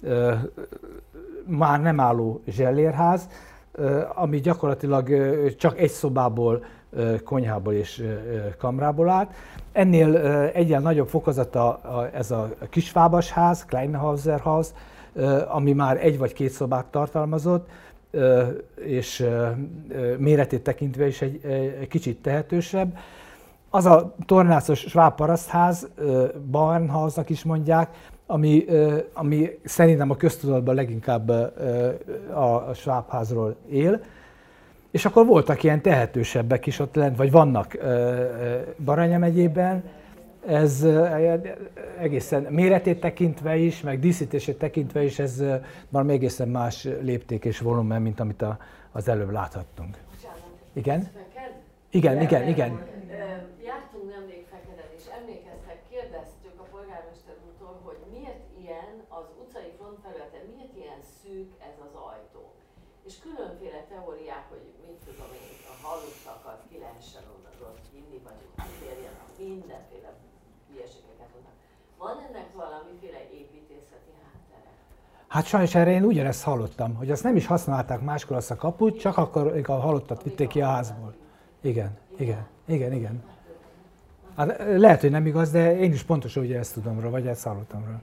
[SPEAKER 2] már nem álló zsellérház, ami gyakorlatilag csak egy szobából, konyhából és kamrából állt. Ennél egyen nagyobb fokozata ez a kisvábas ház, Kleinhauser Haus, ami már egy vagy két szobát tartalmazott, és méretét tekintve is egy, egy kicsit tehetősebb. Az a tornácos sváb parasztház, Bauernhausnak is mondják, ami, ami szerintem a köztudatban leginkább a svábházról él. És akkor voltak ilyen tehetősebbek is ott lent, vagy vannak Baranya megyében. Ez egészen méretét tekintve is, meg díszítését tekintve is, ez valami egészen más lépték és volumen, mint amit a, az előbb láthattunk. Igen? Igen, igen, igen.
[SPEAKER 4] Jártunk nemrég Fekeden, és emlékeztek, kérdeztük a polgármester úrtól, hogy miért ilyen az utcai frontfelülete, miért ilyen szűk ez az ajtó. És különféle teóriák, hogy mit tudom én, a haluttakat ki lehessen onnan vinni, vagy kiférjen a mindenféle hülyeségeket mondnak. Van ennek valamiféle építészeti háttere?
[SPEAKER 2] Hát sajnos erre én ugyanezt hallottam, hogy azt nem is használták máskor azt a kaput, csak akkor a halottat vitték ki a házból. Igen, igen, igen, igen. Hát lehet, hogy nem igaz, de én is pontosan ugye ezt tudom róla, vagy ezt hallottam róla.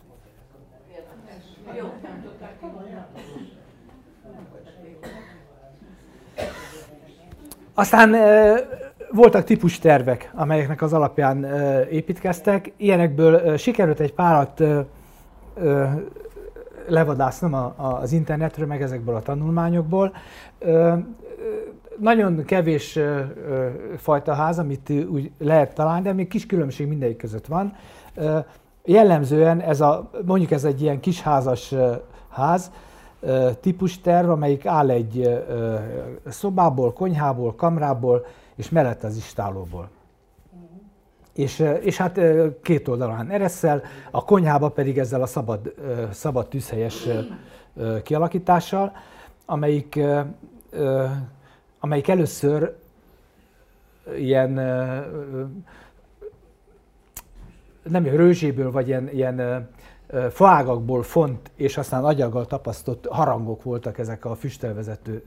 [SPEAKER 4] Jó.
[SPEAKER 2] Aztán e, voltak típustervek, amelyeknek az alapján e, építkeztek. Ilyenekből e, sikerült egy párat e, e, levadásznom a, a, az internetről, meg ezekből a tanulmányokból. E, Nagyon kevés ö, ö, fajta ház, amit úgy lehet találni, de még kis különbség mindegyik között van. Ö, jellemzően ez a, mondjuk ez egy ilyen kisházas ö, ház, ö, típus terv, amelyik áll egy ö, szobából, konyhából, kamrából, és mellett az istálóból. És, és hát két oldalán eresszel, a konyhába pedig ezzel a szabad, ö, szabad tűzhelyes ö, kialakítással, amelyik ö, ö, amelyik először ilyen, nem rőzséből, vagy ilyen, ilyen faágakból font, és aztán agyaggal tapasztott harangok voltak ezek a füsttelvezető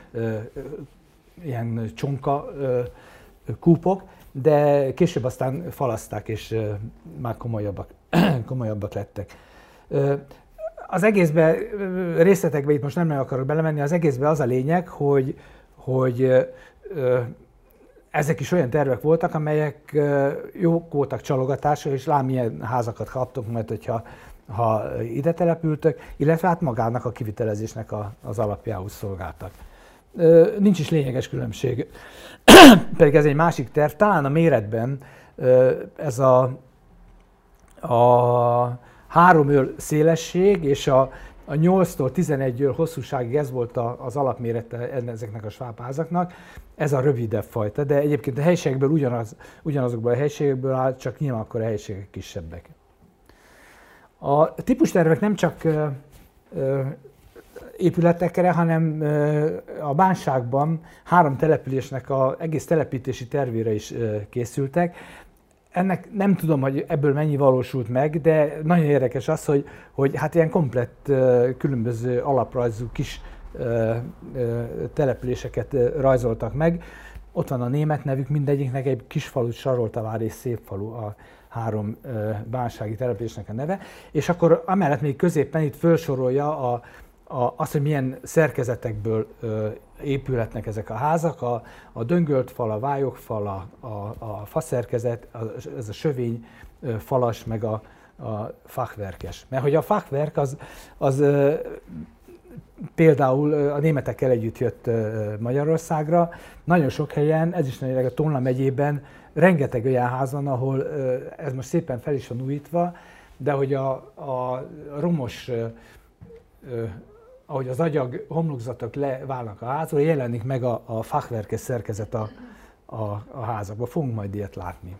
[SPEAKER 2] ilyen csonka kúpok, de később aztán falaszták, és már komolyabbak, komolyabbak lettek. Az egészben, részletekbe itt most nem akarok belemenni, az egészben az a lényeg, hogy hogy ö, ezek is olyan tervek voltak, amelyek ö, jók voltak csalogatásra, és lám milyen házakat kaptok majd, hogyha ha ide települtök, illetve hát magának a kivitelezésnek a, az alapjául szolgáltak. Ö, nincs is lényeges különbség, pedig ez egy másik terv, talán a méretben ö, ez a, a három öl szélesség és a A nyolctól tizenegy öl hosszúságig ez volt az alapmérete ezeknek a sváb házaknak, ez a rövidebb fajta, de egyébként a helyiségekből ugyanaz, ugyanazokból a helyiségekből áll, csak nyilván akkor a helyiségek kisebbek. A típustervek nem csak ö, ö, épületekre, hanem ö, a bánságban három településnek az egész telepítési tervére is ö, készültek. Ennek nem tudom, hogy ebből mennyi valósult meg, de nagyon érdekes az, hogy, hogy hát ilyen komplett uh, különböző alaprajzú kis uh, uh, településeket uh, rajzoltak meg. Ott van a német nevük, mindegyiknek egy kis falut, Saroltavár és Szépfalu a három uh, bánsági településnek a neve. És akkor amellett még középen itt felsorolja a, a, azt, hogy milyen szerkezetekből uh, épülhetnek ezek a házak, a, a döngölt fal, a vályogfal, a, a, a faszerkezet, a, ez a sövény falas, meg a, a fachwerkes. Mert hogy a fachwerk az, az például a németekkel együtt jött Magyarországra, nagyon sok helyen, ez is nagyon a Tolna megyében rengeteg olyan ház van, ahol ez most szépen fel is van újítva, de hogy a, a romos, ahogy az agyag homlokzatok leválnak a házról, jelenik meg a, a fachwerkes szerkezet a, a, a házakban. Fogunk majd ilyet látni.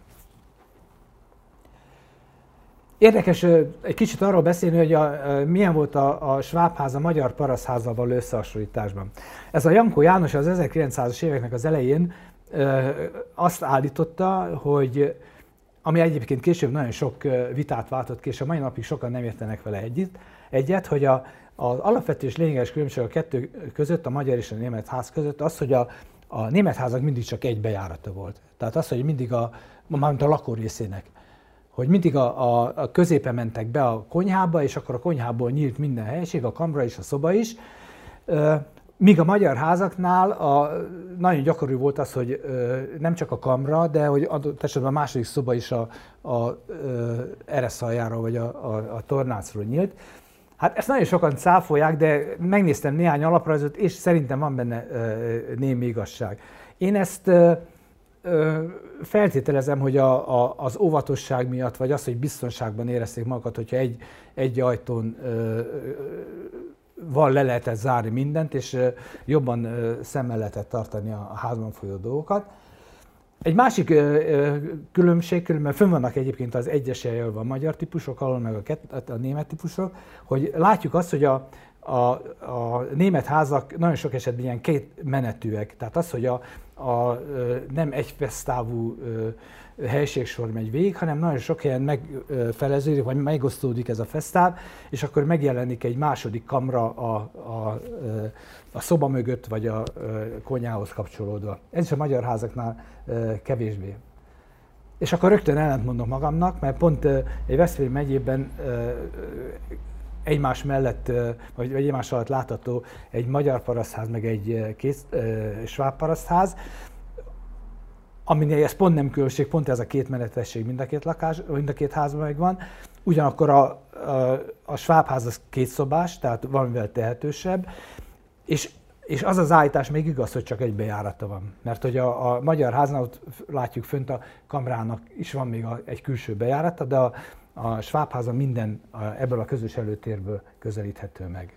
[SPEAKER 2] Érdekes egy kicsit arról beszélni, hogy a, milyen volt a, a svábház a magyar parasztházzal való összehasonlításban. Ez a Jankó János az ezerkilencszázas éveknek az elején azt állította, hogy ami egyébként később nagyon sok vitát váltott ki, és a mai napig sokan nem értenek vele egyet, egyet hogy a, az alapvető és lényeges különbség a kettő között, a magyar és a német ház között az, hogy a, a német házak mindig csak egy bejárata volt. Tehát az, hogy mindig a, mármint a lakórészének, hogy mindig a, a, a középen mentek be a konyhába, és akkor a konyhából nyílt minden helység, a kamra is, a szoba is. Míg a magyar házaknál a, nagyon gyakori volt az, hogy nem csak a kamra, de hogy adott esetben a második szoba is a, a, a ereszaljáról vagy a, a, a tornácról nyílt. Hát ezt nagyon sokan cáfolják, de megnéztem néhány alaprajzot, és szerintem van benne némi igazság. Én ezt feltételezem, hogy a, a, az óvatosság miatt, vagy az, hogy biztonságban érezték magukat, hogyha egy, egy ajtón van, le lehetett zárni mindent, és jobban szemmel lehetett tartani a házban folyó dolgokat. Egy másik különbség, különben fönn vannak egyébként az egyesen jelölve a magyar típusok, alól meg a, kett, a német típusok, hogy látjuk azt, hogy a, a, a német házak nagyon sok esetben ilyen két menetűek. Tehát az, hogy a, a nem egyfesztávú helységsor megy végig, hanem nagyon sok helyen megfeleződik, vagy megosztódik ez a fesztál, és akkor megjelenik egy második kamra a, a, a szoba mögött, vagy a konyhához kapcsolódva. Ez is a magyar házaknál kevésbé. És akkor rögtön ellentmondok magamnak, mert pont egy Veszprém megyében egymás mellett, vagy egymás alatt látható egy magyar parasztház, meg egy két sváb parasztház, aminél ez pont nem különbség, pont ez a két menetesség mind a két lakás, mind a két házban megvan. Ugyanakkor a, a, a svábház az két szobás, tehát valamivel tehetősebb, és, és az az állítás még igaz, hogy csak egy bejárata van. Mert hogy a, a magyar háznál ott látjuk fönt a kamrának is van még a, egy külső bejárata, de a, a svábházon minden a, ebből a közös előtérből közelíthető meg.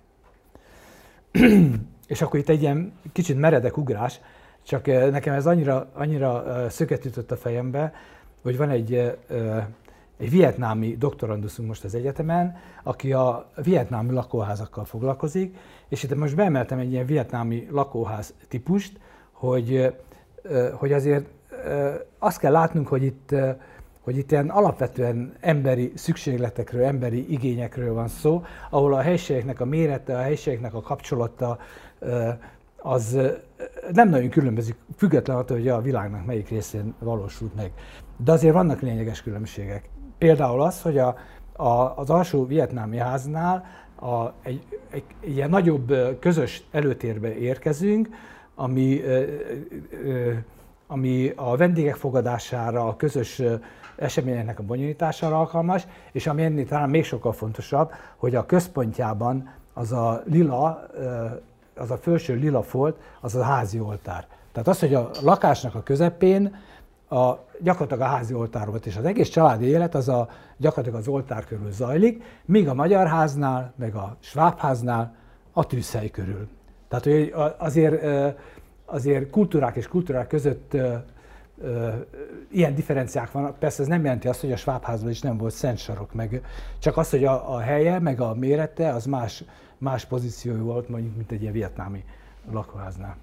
[SPEAKER 2] És akkor itt egy ilyen kicsit meredek ugrás, csak nekem ez annyira, annyira szöget ütött a fejembe, hogy van egy, egy vietnámi doktoranduszunk most az egyetemen, aki a vietnámi lakóházakkal foglalkozik, és itt most beemeltem egy ilyen vietnámi lakóház típust, hogy, hogy azért azt kell látnunk, hogy itt, hogy itt ilyen alapvetően emberi szükségletekről, emberi igényekről van szó, ahol a helységeknek a mérete, a helységeknek a kapcsolata, az nem nagyon különbözik, független attól, hogy a világnak melyik részén valósult meg. De azért vannak lényeges különbségek. Például az, hogy a, a, az alsó vietnámi háznál a, egy, egy, egy ilyen nagyobb közös előtérbe érkezünk, ami, ö, ö, ami a vendégek fogadására, a közös eseményeknek a bonyolítására alkalmas, és ami ennél talán még sokkal fontosabb, hogy a központjában az a lila, az a felső lila folt, az a házi oltár. Tehát az, hogy a lakásnak a közepén a, gyakorlatilag a házi oltár volt, és az egész családi élet az a, gyakorlatilag az oltár körül zajlik, míg a magyar háznál, meg a sváb háznál a tűzhely körül. Tehát hogy azért, azért kultúrák és kultúrák között ilyen differenciák vannak. Persze ez nem jelenti azt, hogy a svábházban is nem volt szent sarok, meg csak az, hogy a, a helye, meg a mérete, az más, más pozíciójú volt, mondjuk, mint egy ilyen vietnámi lakóháznál.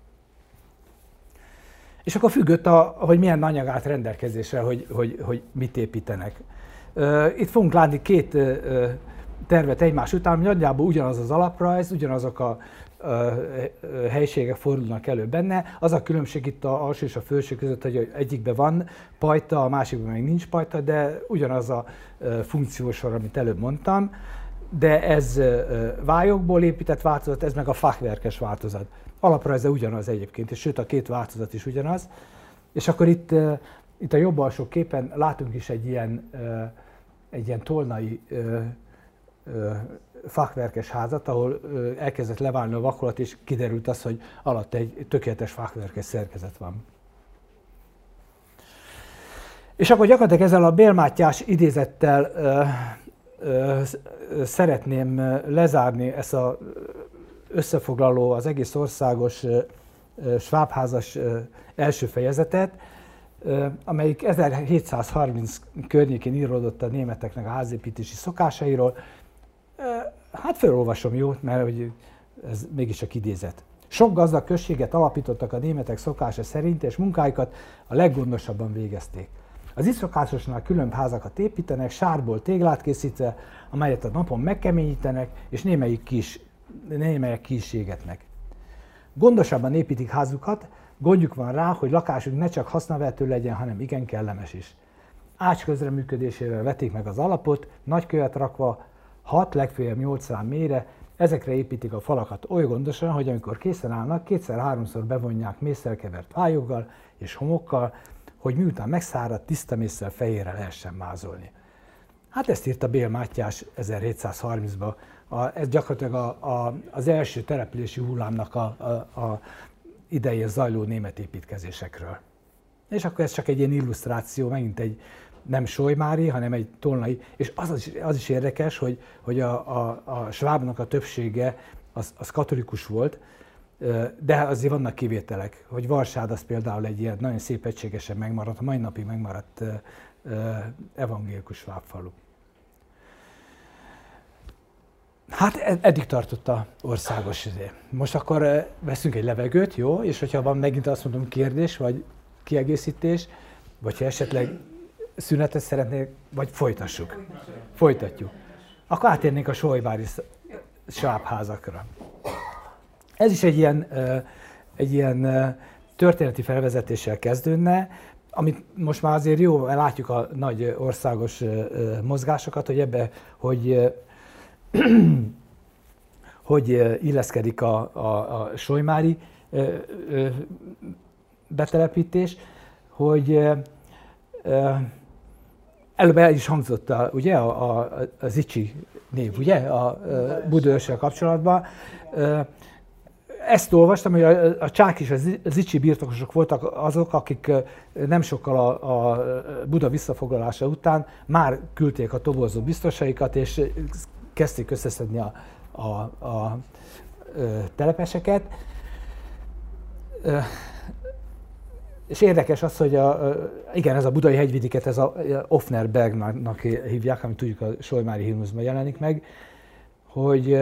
[SPEAKER 2] És akkor függött, a, hogy milyen anyag állt rendelkezésre, hogy, hogy, hogy mit építenek. Itt fogunk látni két tervet egymás után, nagyjából ugyanaz az alaprajz, ugyanazok a helyiségek fordulnak elő benne. Az a különbség itt az alsó és a felső között, hogy egyikben van pajta, a másikban még nincs pajta, de ugyanaz a funkciósor, amit előbb mondtam. De ez vályokból épített változat, ez meg a fachwerkes változat. Alaprajza ugyanaz egyébként, és sőt a két változat is ugyanaz. És akkor itt, itt a jobb alsó képen látunk is egy ilyen, egy ilyen tolnai fachwerkes házat, ahol elkezdett leválni a vakolat, és kiderült az, hogy alatt egy tökéletes fachwerkes szerkezet van. És akkor gyakorlatilag ezzel a Bél-Mátyás idézettel ö, ö, szeretném lezárni ezt az összefoglaló, az egész országos svábházas első fejezetet, amelyik ezerhétszázharminc környékén íródott a németeknek a házépítési szokásairól. Hát felolvasom, jó, mert hogy ez mégiscsak idézet. Sok gazdag községet alapítottak a németek szokása szerint, és munkáikat a leggondosabban végezték. Az iszokásosnál különb házakat építenek, sárból téglát készítve, amelyet a napon megkeményítenek, és némelyik kis, némelyik kíségetnek. Gondosabban építik házukat, gondjuk van rá, hogy lakásuk ne csak hasznavehető legyen, hanem igen kellemes is. Ács közreműködésével vetik meg az alapot, nagy követ rakva, hat, legfeljebb nyolc szám mélyre, ezekre építik a falakat oly gondosan, hogy amikor készen állnak, kétszer-háromszor bevonják mészszelkevert vályoggal és homokkal, hogy miután megszáradt, tiszta mészsel fejére lehessen mázolni. Hát ezt írta Bél Mátyás ezerhétszázharmincban. A, ez gyakorlatilag a, a, az első települési hullámnak a, a, a idején zajló német építkezésekről. És akkor ez csak egy ilyen illusztráció, megint egy nem solymári, hanem egy tolnai, és az, az, az is érdekes, hogy, hogy a, a, a svábnak a többsége az, az katolikus volt, de azért vannak kivételek, hogy Varsád az például egy ilyen nagyon szép egységesen megmaradt, a mai napig megmaradt evangélikus svábfalu. Hát eddig tartott az országos idő. Most akkor veszünk egy levegőt, jó? És hogyha van megint azt mondom kérdés, vagy kiegészítés, Vagy ha esetleg szünetet szeretnék, vagy folytassuk. Folytatjuk. Akkor átérnénk a solymári sápházakra. Ez is egy ilyen, egy ilyen történeti felvezetéssel kezdődne, amit most már azért jó, látjuk a nagy országos mozgásokat, hogy ebbe, hogy, hogy illeszkedik a, a, a solymári betelepítés, hogy előbb el is hangzott a, ugye, a, a, a Zichy név, ugye, a Budaörssel kapcsolatban. Ezt olvastam, hogy a, a csák és a Zichy birtokosok voltak azok, akik nem sokkal a, a Buda visszafoglalása után már küldték a toborzó biztosaikat, és kezdték összeszedni a, a, a, a telepeseket. És érdekes az, hogy a, igen, ez a budai hegyvidéket, ez a Offnerbergnak hívják, amit tudjuk a solymári himnuszban jelenik meg, hogy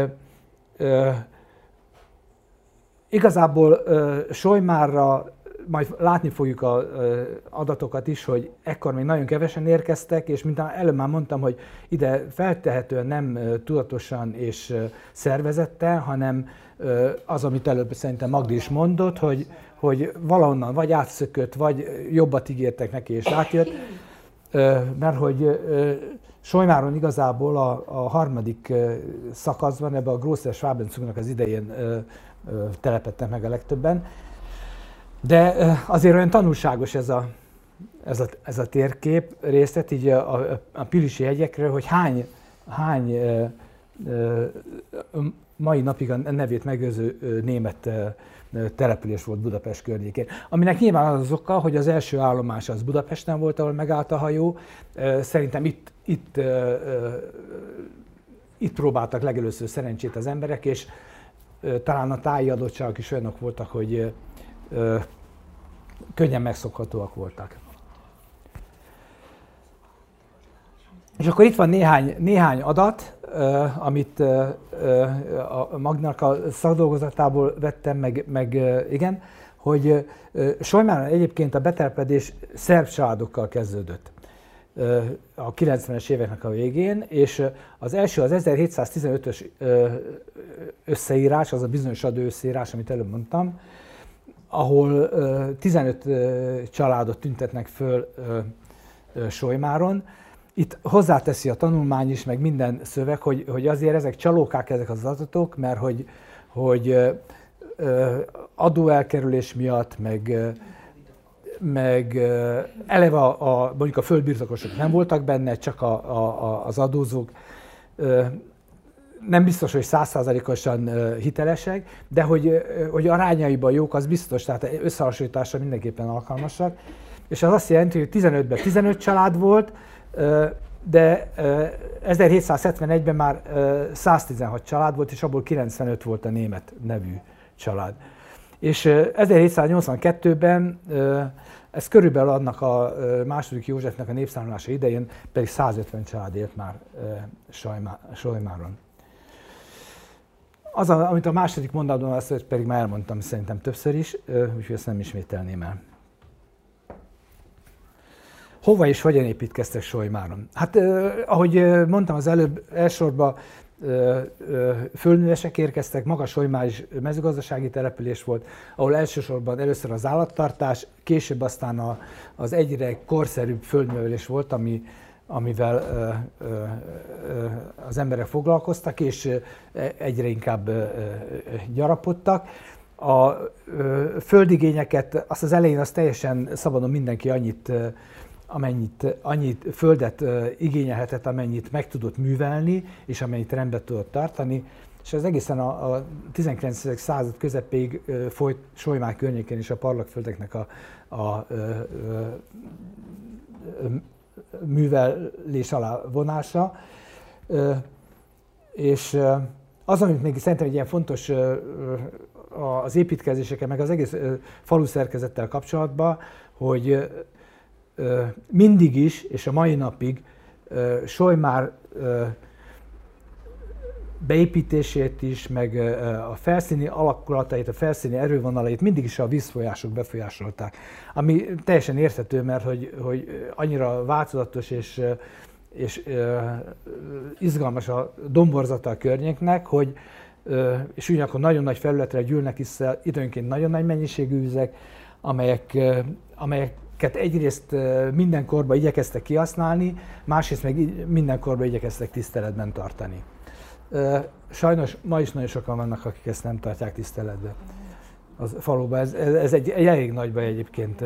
[SPEAKER 2] igazából Solymárra majd látni fogjuk az adatokat is, hogy ekkor még nagyon kevesen érkeztek, és mint előbb már mondtam, hogy ide feltehetően nem tudatosan és szervezetten, hanem az, amit előbb szerintem Magdi is mondott, hogy, hogy valahonnan vagy átszökött, vagy jobbat ígértek neki és átjött, mert hogy Solymáron igazából a, a harmadik szakaszban, ebben a Grosser Schwabenzugnak az idején telepedtek meg a legtöbben. De azért olyan tanulságos ez a, ez a, ez a térkép részlet, így a, a, a Pilisi hegyekről, hogy hány, hány ö, ö, mai napig a nevét megőrző német település volt Budapest környékén. Aminek nyilván az oka, hogy az első állomás az Budapesten volt, ahol megállt a hajó. Szerintem itt, itt, itt próbáltak legelőször szerencsét az emberek, és talán a táji adottságok is olyanok voltak, hogy könnyen megszokhatóak voltak. És akkor itt van néhány, néhány adat, amit a Magdinak a szakdolgozatából vettem, meg, meg igen, hogy Solymáron egyébként a betelepedés szerb családokkal kezdődött a kilencvenes éveknek a végén, és az első az ezerhétszáztizenötös összeírás, az a bizonyos adóösszeírás, amit előbb mondtam, ahol tizenöt családot tüntetnek föl Solymáron. Itt hozzáteszi a tanulmány is, meg minden szöveg, hogy, hogy azért ezek csalókák, ezek az adatok, mert hogy, hogy adóelkerülés miatt, meg, meg eleve a, a, mondjuk a földbirtokosok nem voltak benne, csak a, a, az adózók. Nem biztos, hogy száz százalékosan hitelesek, de hogy, hogy arányaiban jók, az biztos, tehát összehasonlításra mindenképpen alkalmasak. És az azt jelenti, hogy tizenötben tizenöt család volt, de ezerhétszázhetvenegyben már száztizenhat család volt, és abból kilencvenöt volt a német nevű család. És ezerhétszáznyolcvankettőben, ez körülbelül annak a második Józsefnek a népszámlálása idején, pedig százötven család élt már Solymáron. Az, amit a második mondatban, azt pedig már elmondtam szerintem többször is, úgyhogy ezt nem ismételném el. Hova és hogyan építkeztek Solymáron? Hát, eh, ahogy mondtam az előbb, elsősorban eh, eh, földművesek érkeztek, maga Solymár is mezőgazdasági település volt, ahol elsősorban először az állattartás, később aztán a, az egyre korszerűbb földművelés volt, ami, amivel eh, eh, az emberek foglalkoztak, és eh, egyre inkább eh, gyarapodtak. A eh, földigényeket, azt az elején az teljesen szabadon mindenki annyit eh, amennyit, annyit földet uh, igényelhetett, amennyit meg tudott művelni, és amennyit rendbe tudott tartani, és ez egészen a, a tizenkilencedik század közepéig uh, folyt Solymár környékén is a parlagföldeknek a, a uh, uh, művelés alá vonása. Uh, és uh, az, amit még szerintem egy ilyen fontos uh, az építkezéseken, meg az egész uh, falu szerkezettel kapcsolatban, hogy uh, mindig is, és a mai napig Solymár beépítését is, meg a felszíni alakulatait, a felszíni erővonalait mindig is a vízfolyások befolyásolták. Ami teljesen érthető, mert hogy, hogy annyira változatos és, és izgalmas a domborzata a környéknek, hogy és ugyanakkor nagyon nagy felületre gyűlnek vissza időnként nagyon nagy mennyiségű vizek, amelyek, amelyeket egyrészt minden korban igyekeztek kihasználni, másrészt meg minden korban igyekeztek tiszteletben tartani. Sajnos ma is nagyon sokan vannak, akik ezt nem tartják tiszteletben. Az faluban ez, ez egy, egy elég nagy baj egyébként.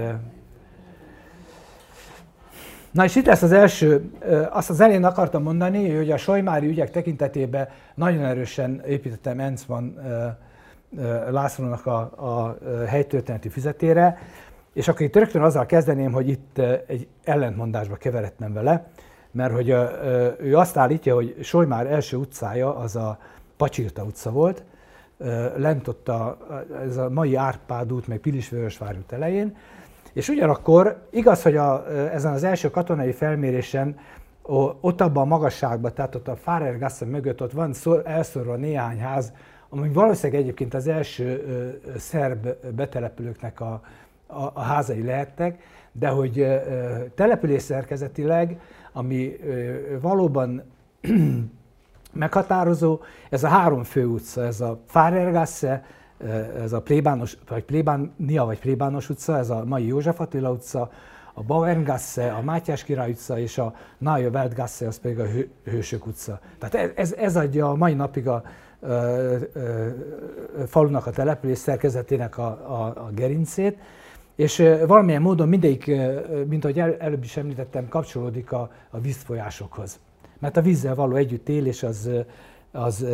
[SPEAKER 2] Na és itt lesz az első, azt az elején akartam mondani, hogy a solymári ügyek tekintetében nagyon erősen építettem Encman Lászlónak a, a helytörténeti füzetére, és akkor itt rögtön azzal kezdeném, hogy itt egy ellentmondásba keveredtem vele, mert hogy ő azt állítja, hogy Solymár első utcája az a Pacsirta utca volt, lent ott a, ez a mai Árpád út, meg Pilisvörösvár út elején, és ugyanakkor igaz, hogy a, ezen az első katonai felmérésen ott abban a magasságban, tehát ott a Fárergasse mögött ott van elszorva néhány ház, ami valószínűleg egyébként az első szerb betelepülőknek a, a, a házai lehettek, de hogy település szerkezetileg, ami valóban meghatározó, ez a három főutca, ez a Fárergasse, ez a plébános, vagy plébánia, vagy plébános utca, ez a mai József Attila utca, a Bauerngasse, a Mátyás Király utca és a Neue Weltgasse, az pedig a Hősök utca. Tehát ez, ez adja a mai napig a, a, a, a falunak, a település szerkezetének a, a, a gerincét, és valamilyen módon mindegyik, mint ahogy el, előbb is említettem, kapcsolódik a, a vízfolyásokhoz. Mert a vízzel való együttélés az, az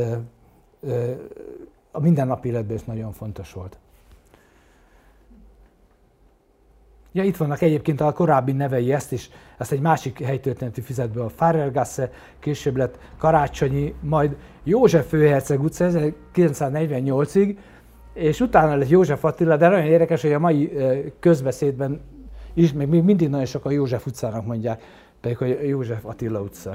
[SPEAKER 2] a mindennapi életben is nagyon fontos volt. Ja, itt vannak egyébként a korábbi nevei, ezt is, ezt egy másik helytörténeti füzetből, a Fárergasse, később lett Karácsonyi, majd József főherceg utca ezerkilencszáznegyvennyolcig, és utána lett József Attila, de nagyon érdekes, hogy a mai közbeszédben is még mindig nagyon sokan József utcának mondják, pedig hogy József Attila utca.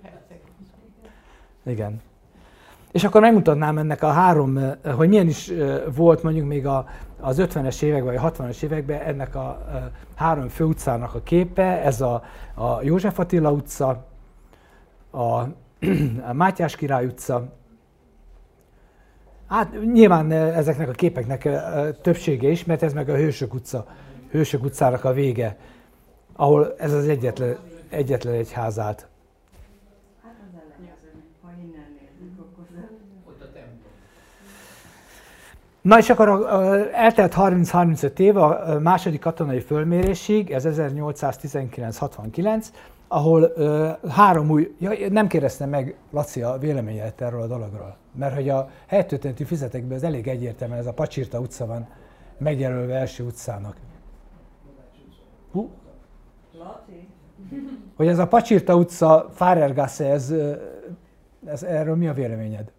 [SPEAKER 2] Igen. És akkor megmutatnám ennek a három, hogy milyen is volt mondjuk még a, az ötvenes években, vagy hatvanas években ennek a három főutcának a képe, ez a, a József Attila utca, a, a Mátyás Király utca. Hát nyilván ezeknek a képeknek többsége is, mert ez meg a Hősök utca, Hősök utcának a vége, ahol ez az egyetlen, egyetlen egy ház állt. Na és akkor eltelt harminc-harmincöt év a második katonai fölmérésig, ez ezernyolcszáztizenkilenc hatvankilenc, ahol uh, három új, ja, nem kérdeztem meg Laci a véleményet erről a dologról, mert hogy a helytörténeti füzetekben ez elég egyértelműen, ez a Pacsirta utca van megjelölve első utcának. Hú?
[SPEAKER 3] Laci?
[SPEAKER 2] Hogy ez a Pacsirta utca, Fárergasse, ez, ez, erről mi a véleményed?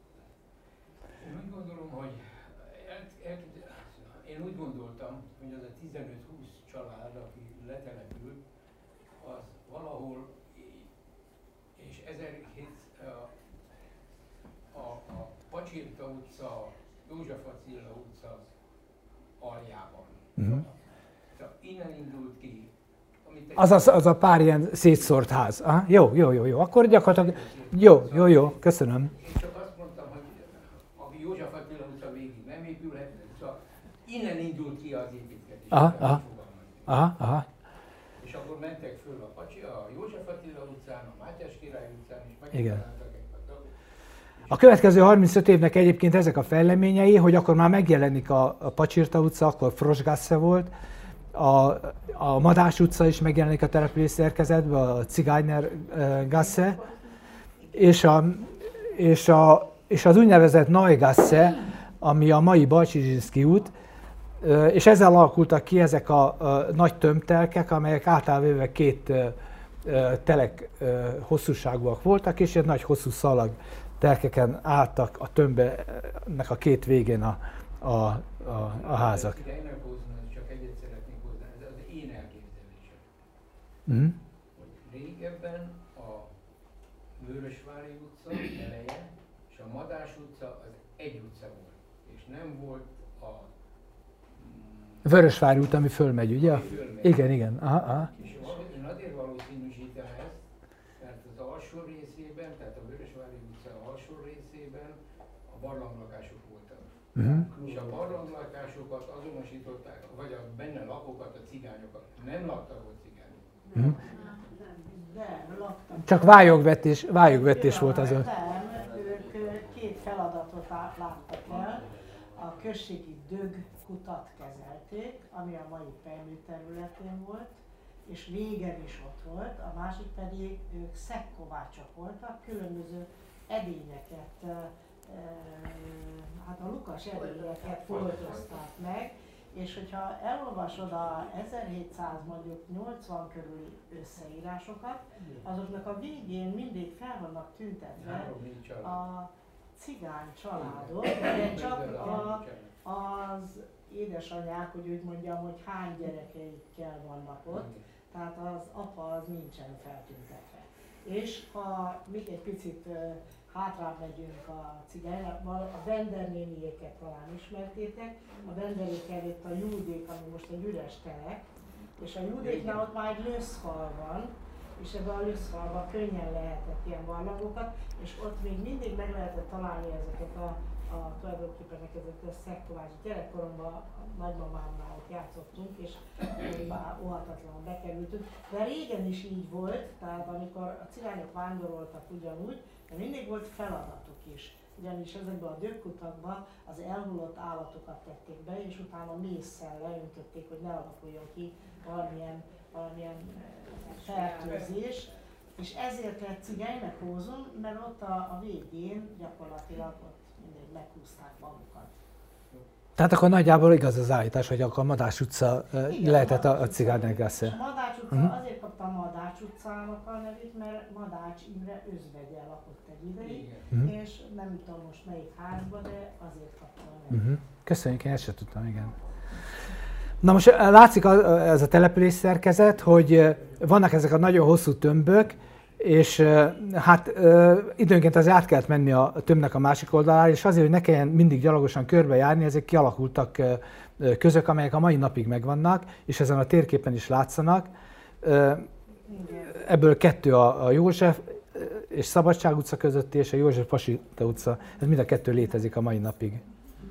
[SPEAKER 1] Én úgy gondoltam, hogy az a tizenöt-húsz család, aki letelepült, az valahol, és ezerhétszáz, a, a Pacsirta utca, József Attila utca aljában. Uh-huh. Tehát innen indult ki.
[SPEAKER 2] Az, az, az a pár ilyen szétszórt ház. Aha, jó, jó, jó, jó. Akkor gyakorlatilag, jó, jó, jó, köszönöm.
[SPEAKER 1] Én csak azt mondtam, hogy a József Attila utca végig nem épülhet, szóval innen indult ki az építkezés.
[SPEAKER 2] Aha, aha, aha, aha.
[SPEAKER 1] És akkor mentek föl a Pacsi, a József Attila utcán, a Mátyás Király utcán, és megtaláltak egy patak.
[SPEAKER 2] A következő harmincöt évnek egyébként ezek a fejleményei, hogy akkor már megjelenik a, a Pacsirta utca, akkor Frosgasse volt, a, a Madás utca is megjelenik a település szerkezetben, a Zigeuner Gasse, és, a, és, a, és az úgynevezett Neue Gasse, ami a mai Balcsizsinszky út, és ezzel alakultak ki ezek a, a nagy tömbtelkek, amelyek általában két telek hosszúságúak voltak, és egy nagy hosszú szalag telkeken álltak a tömbnek a két végén a, a, a, a házak.
[SPEAKER 1] Csak egyet szeretnék hozzá, ez az én elképzelésem.
[SPEAKER 2] Mm.
[SPEAKER 1] Régebben a Vörösvári utca eleje és és a Madás utca az egy utca volt, és nem volt a
[SPEAKER 2] Vörösvári út, ami fölmegy, ugye?
[SPEAKER 1] fölmegy.
[SPEAKER 2] Igen, igen. Aha, aha.
[SPEAKER 1] És én azért valószínűsítem ezt, mert az alsó részében, tehát a Vörösvári utca alsó részében a barlanglakások voltak.
[SPEAKER 2] Uh-huh.
[SPEAKER 1] És a barlanglakásokat azonosították, vagy a benne lakókat, a cigányokat. Nem laktak ott cigányok.
[SPEAKER 2] Uh-huh.
[SPEAKER 3] De, laktak.
[SPEAKER 2] Csak vályogvetés, vályogvetés volt azon.
[SPEAKER 3] Nem, ők két feladatot láttak el. A községi dögkutat kezelték, ami a mai Pejmű területén volt, és Végen is ott volt, a másik pedig ők szekkovácsok voltak, különböző edényeket, hát a Lukas edényeket foltozták meg, és hogyha elolvasod a ezerhétszáz mondjuk nyolcvan körüli összeírásokat, azoknak a végén mindig fel vannak tüntetve a cigány családok, de csak a, az édesanyák, hogy úgy mondjam, hogy hány gyerekeikkel vannak ott, tehát az apa az nincsen feltüntetve. És ha még egy picit uh, hátrább megyünk a cigányával, a Bender néniéket talán ismertétek, a Benderék előtt a Júdék, ami most egy üres telek, és a Júdéknál ott már egy löszfal van, és ebben a löszfalban könnyen lehetett ilyen barlangokat, és ott még mindig meg lehetett találni ezeket a, a tulajdonképpen ezeket a szekkovács. Gyerekkoromban a nagymamámnál ott játszottunk, és óhatatlanul bekerültünk. De régen is így volt, tehát amikor a cigányok vándoroltak ugyanúgy, de mindig volt feladatuk is. Ugyanis ezekben a dögkutakban az elhullott állatokat tették be, és utána mésszel leöntötték, hogy ne alakuljon ki valamilyen, valamilyen fertőzés. És ezért lett Cigánynek Hózon, mert ott a, a végén gyakorlatilag ott mindig meghúzták magukat.
[SPEAKER 2] Tehát akkor nagyjából igaz az állítás, hogy akkor a Madás utca
[SPEAKER 3] Igen,
[SPEAKER 2] lehetett a, a
[SPEAKER 3] Madách
[SPEAKER 2] cigánynak
[SPEAKER 3] utca.
[SPEAKER 2] lesz.
[SPEAKER 3] A Madách utca uh-huh. azért kapta a Madách utcának a nevét, mert Madács Imre özvegye lakott egy ideig, uh-huh. és nem tudom most melyik házba, de azért kapta a nevét. Uh-huh.
[SPEAKER 2] Köszönjük, én ezt sem tudtam, igen. Na most látszik ez a település szerkezet, hogy vannak ezek a nagyon hosszú tömbök, és hát időnként azért át kellett menni a tömbnek a másik oldalára, és azért, hogy ne kelljen mindig gyalogosan körbejárni, ezek kialakultak közök, amelyek a mai napig megvannak, és ezen a térképen is látszanak. Ebből kettő a József és Szabadság utca közötti, és a József Pasita utca, ez mind a kettő létezik a mai napig.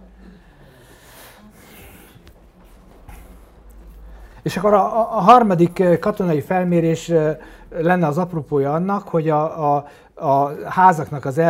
[SPEAKER 2] És akkor a, a harmadik katonai felmérés lenne az apropója annak, hogy a, a, a házaknak az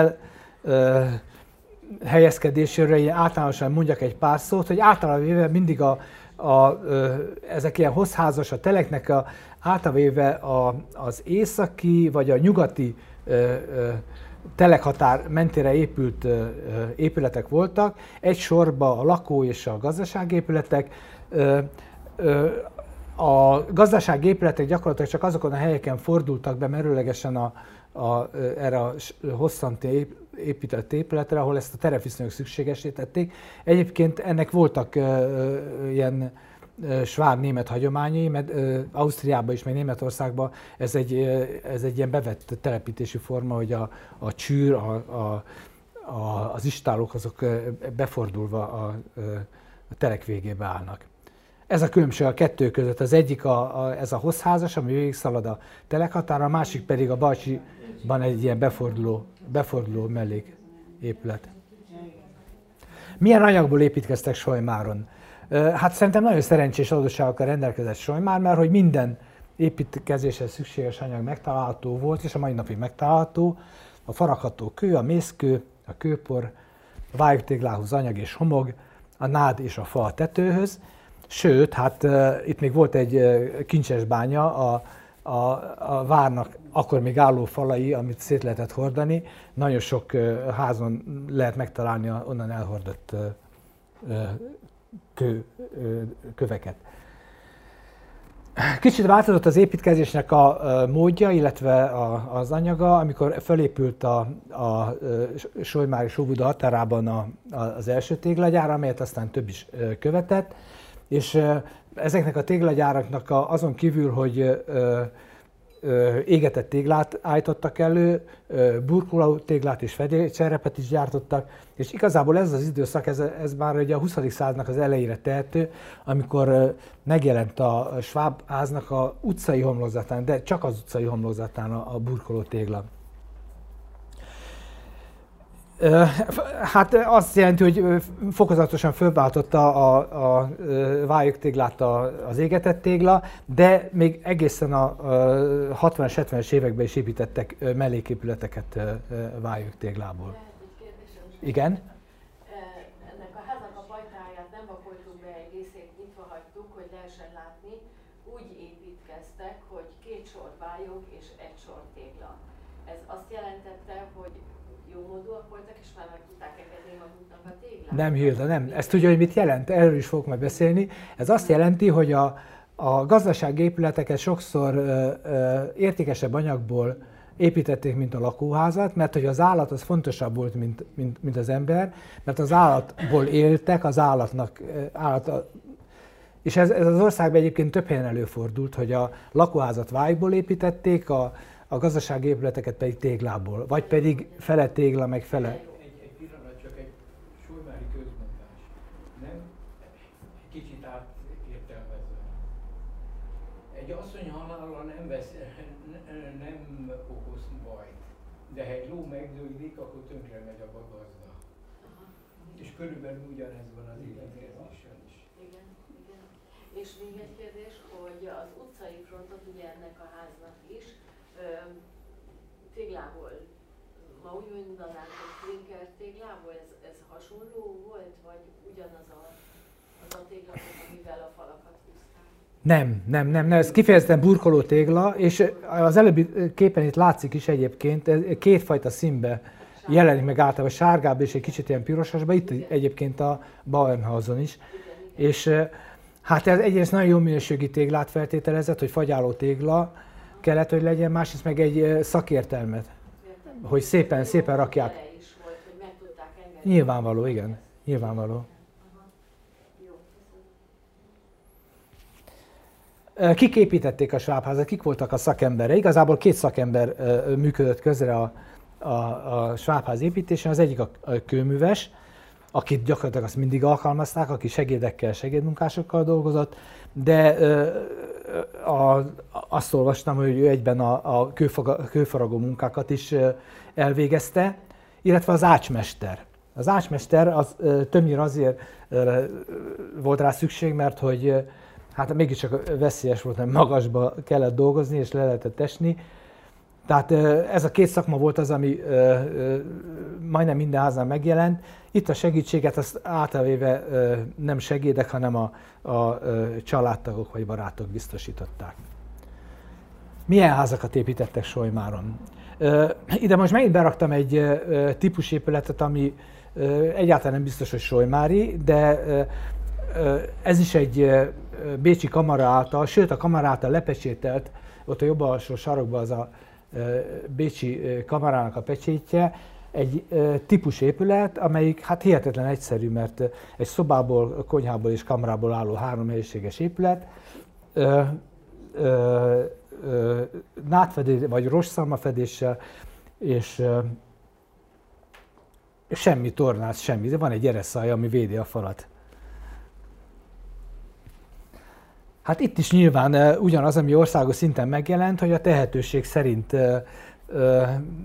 [SPEAKER 2] elhelyezkedéséről általánosan mondjak egy pár szót, hogy általában véve mindig a, a, ezek ilyen hosszházas, a teleknek a, általában véve a, az északi vagy a nyugati ö, ö, telekhatár mentére épült ö, épületek voltak, egy sorba a lakó és a gazdaságépületek. Ö, ö, A gazdasági épületek gyakorlatilag csak azokon a helyeken fordultak be merőlegesen a, a, erre a hosszanti épített épületre, ahol ezt a terepviszonyok szükségesítették. Egyébként ennek voltak uh, ilyen uh, sváb német hagyományai, mert uh, Ausztriában is, meg Németországban ez egy, uh, ez egy ilyen bevett telepítési forma, hogy a, a csűr, a, a, a, az istálók azok uh, befordulva a, a terek végébe állnak. Ez a különbség a kettő között. Az egyik a, a, ez a hosszházas, ami végigszalad a telekhatára, a másik pedig a Balcsiban egy ilyen beforduló, beforduló melléképület. Milyen anyagból építkeztek Solymáron? Hát szerintem nagyon szerencsés adottságokkal rendelkezett Solymár, mert hogy minden építkezéshez szükséges anyag megtalálható volt, és a mai napig megtalálható. A faragható kő, a mészkő, a kőpor, a vályogtéglához anyag és homog, a nád és a fa a tetőhöz. Sőt, hát uh, itt még volt egy uh, kincses bánya, a, a, a várnak akkor még álló falai, amit szét lehetett hordani. Nagyon sok uh, házon lehet megtalálni a onnan elhordott uh, uh, kő, uh, köveket. Kicsit változott az építkezésnek a uh, módja, illetve a, az anyaga, amikor felépült a, a uh, Solymár és Óbuda határában a, a, az első téglagyár, amelyet aztán több is uh, követett. És ezeknek a téglagyáraknak azon kívül, hogy égetett téglát állítottak elő, burkoló téglát és fedélcserepet is gyártottak, és igazából ez az időszak, ez, ez már ugye a huszadik századnak az elejére tehető, amikor megjelent a sváb háznak a utcai homlokzatán, de csak az utcai homlokzatán a, a burkoló tégla. Hát azt jelenti, hogy fokozatosan fölváltotta a, a vályogtéglát az égetett tégla, de még egészen a hatvanas, hetvenes években is építettek melléképületeket vályogtéglából. Igen?
[SPEAKER 4] Ennek a háznak a pajtáját nem vakoltuk be, egy részét nyitva hagytuk, hogy lehessen látni. Úgy építkeztek, hogy két sor vályog és egy sor tégla. Ez azt jelentette, hogy jómódúak voltak, és már meg tudták engedni maguknak a téglát?
[SPEAKER 2] Nem, Hilda, nem. Ezt tudja, hogy mit jelent? Erről is fogok majd beszélni. Ez azt jelenti, hogy a, a gazdasági épületeket sokszor ö, ö, értékesebb anyagból építették, mint a lakóházat, mert hogy az állat az fontosabb volt, mint, mint, mint az ember, mert az állatból éltek, az állatnak, állat, és ez, ez az országban egyébként több helyen előfordult, hogy a lakóházat vályból építették, a, a gazdasági épületeket pedig téglából, vagy pedig fele tégla, meg fele.
[SPEAKER 1] Egy, egy pillanat, csak egy solymári közmondás. Nem? Egy kicsit átértelmezve. Egy asszony halála nem, vesz, nem okoz bajt, de ha egy ló megdőlik, akkor tönkre megy a gazda. És körülbelül ugyanez van az építkezéssel is.
[SPEAKER 4] Igen, igen. És még egy kérdés, hogy az utcai frontot ugye ennek a háznak is ö, téglából, ma úgy mondanánk, hogy klinker téglából, ez, ez hasonló volt, vagy ugyanaz a, az a tégla, amivel a falakat húzták?
[SPEAKER 2] Nem, nem, nem, nem, ez kifejezetten burkoló tégla, és az előbbi képen itt látszik is egyébként, kétfajta színbe jelenik meg általában, sárgább és egy kicsit ilyen pirosasba, itt egyébként a Bauernhausen is. És hát ez egyrészt nagyon jó minőségű téglát feltételezett, hogy fagyáló tégla kellett, hogy legyen, másrészt meg egy szakértelmet, hogy szépen, szépen rakják. Nyilvánvaló, igen, nyilvánvaló. Kik építették a svábházat, kik voltak a szakemberek? Igazából két szakember működött közre a, a, a svábház építésén. Az egyik a, a kőműves, akit gyakorlatilag azt mindig alkalmazták, aki segédekkel, segédmunkásokkal dolgozott, de a, azt olvastam, hogy ő egyben a, a kőfaragó munkákat is elvégezte, illetve az ácsmester. Az ácsmester az többnyire azért volt rá szükség, mert hogy hát mégiscsak veszélyes volt, mert magasba kellett dolgozni, és le lehetett esni. Tehát ez a két szakma volt az, ami majdnem minden házán megjelent. Itt a segítséget azt általában nem segédek, hanem a, a családtagok vagy barátok biztosították. Milyen házakat építettek Solymáron? Ide most megint beraktam egy típusépületet, ami egyáltalán nem biztos, hogy solymári, de ez is egy bécsi kamara által, sőt a kamara által lepecsételt, ott a jobb alsó sarokban az a bécsi kamarának a pecsétje, egy típusépület, amelyik hát hihetetlen egyszerű, mert egy szobából, konyhából és kamarából álló három helyiséges épület, nádfedés vagy rosszalmafedéssel, és semmi tornász, semmi, de van egy ereszalja, ami védi a falat. Hát itt is nyilván uh, ugyanaz, ami országos szinten megjelent, hogy a tehetőség szerint uh, uh,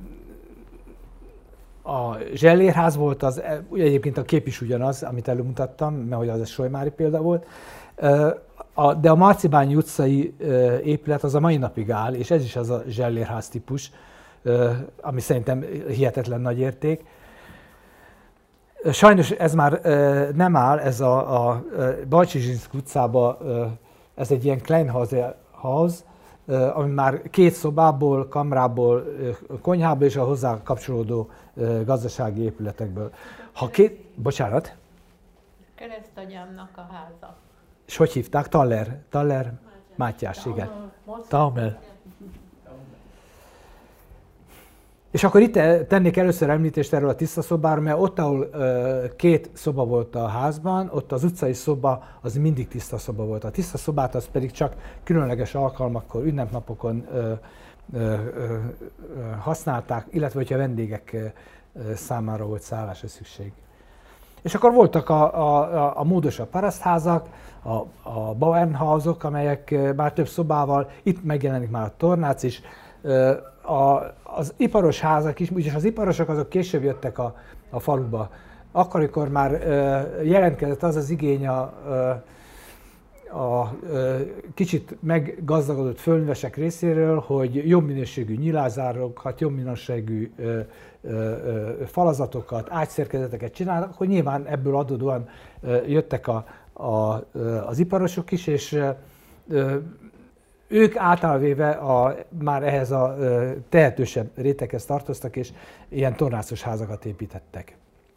[SPEAKER 2] a zsellérház volt, az, uh, egyébként a kép is ugyanaz, amit előmutattam, mert hogy az a solymári példa volt, uh, a, de a Marcibányi utcai uh, épület az a mai napig áll, és ez is az a zsellérház típus, uh, ami szerintem hihetetlen nagy érték. Sajnos ez már uh, nem áll, ez a, a Balcsizsinszk utcában, uh, ez egy ilyen Kleinhaus, ami már két szobából, kamrából, konyhából és a hozzá kapcsolódó gazdasági épületekből. Ha két, bocsánat.
[SPEAKER 5] Keresztagyámnak a háza.
[SPEAKER 2] És hogy hívták? Taller, Taller Mátyás, igen. Taumel. És akkor itt tennék először említést erről a tiszta szobáról, mert ott, ahol két szoba volt a házban, ott az utcai szoba az mindig tiszta szoba volt. A tiszta szobát az pedig csak különleges alkalmakkor, ünnepnapokon ö, ö, ö, használták, illetve hogyha vendégek számára volt szállásra szükség. És akkor voltak a, a, a módosabb parasztházak, a, a Bauernhausok, amelyek már több szobával, itt megjelenik már a tornác is. A, az iparos házak is, úgyis az iparosok azok később jöttek a, a faluba. Akkor, amikor már jelentkezett az az igény a, a, a kicsit meggazdagodott földművesek részéről, hogy jobb minőségű nyilázárokat, jobb minőségű ö, ö, ö, falazatokat, ágyszerkezeteket csinálnak, akkor nyilván ebből adódóan ö, jöttek a, a, az iparosok is, és ö, ők általában véve a, már ehhez a ö, tehetősebb réteghez tartoztak, és ilyen tornácos házakat építettek.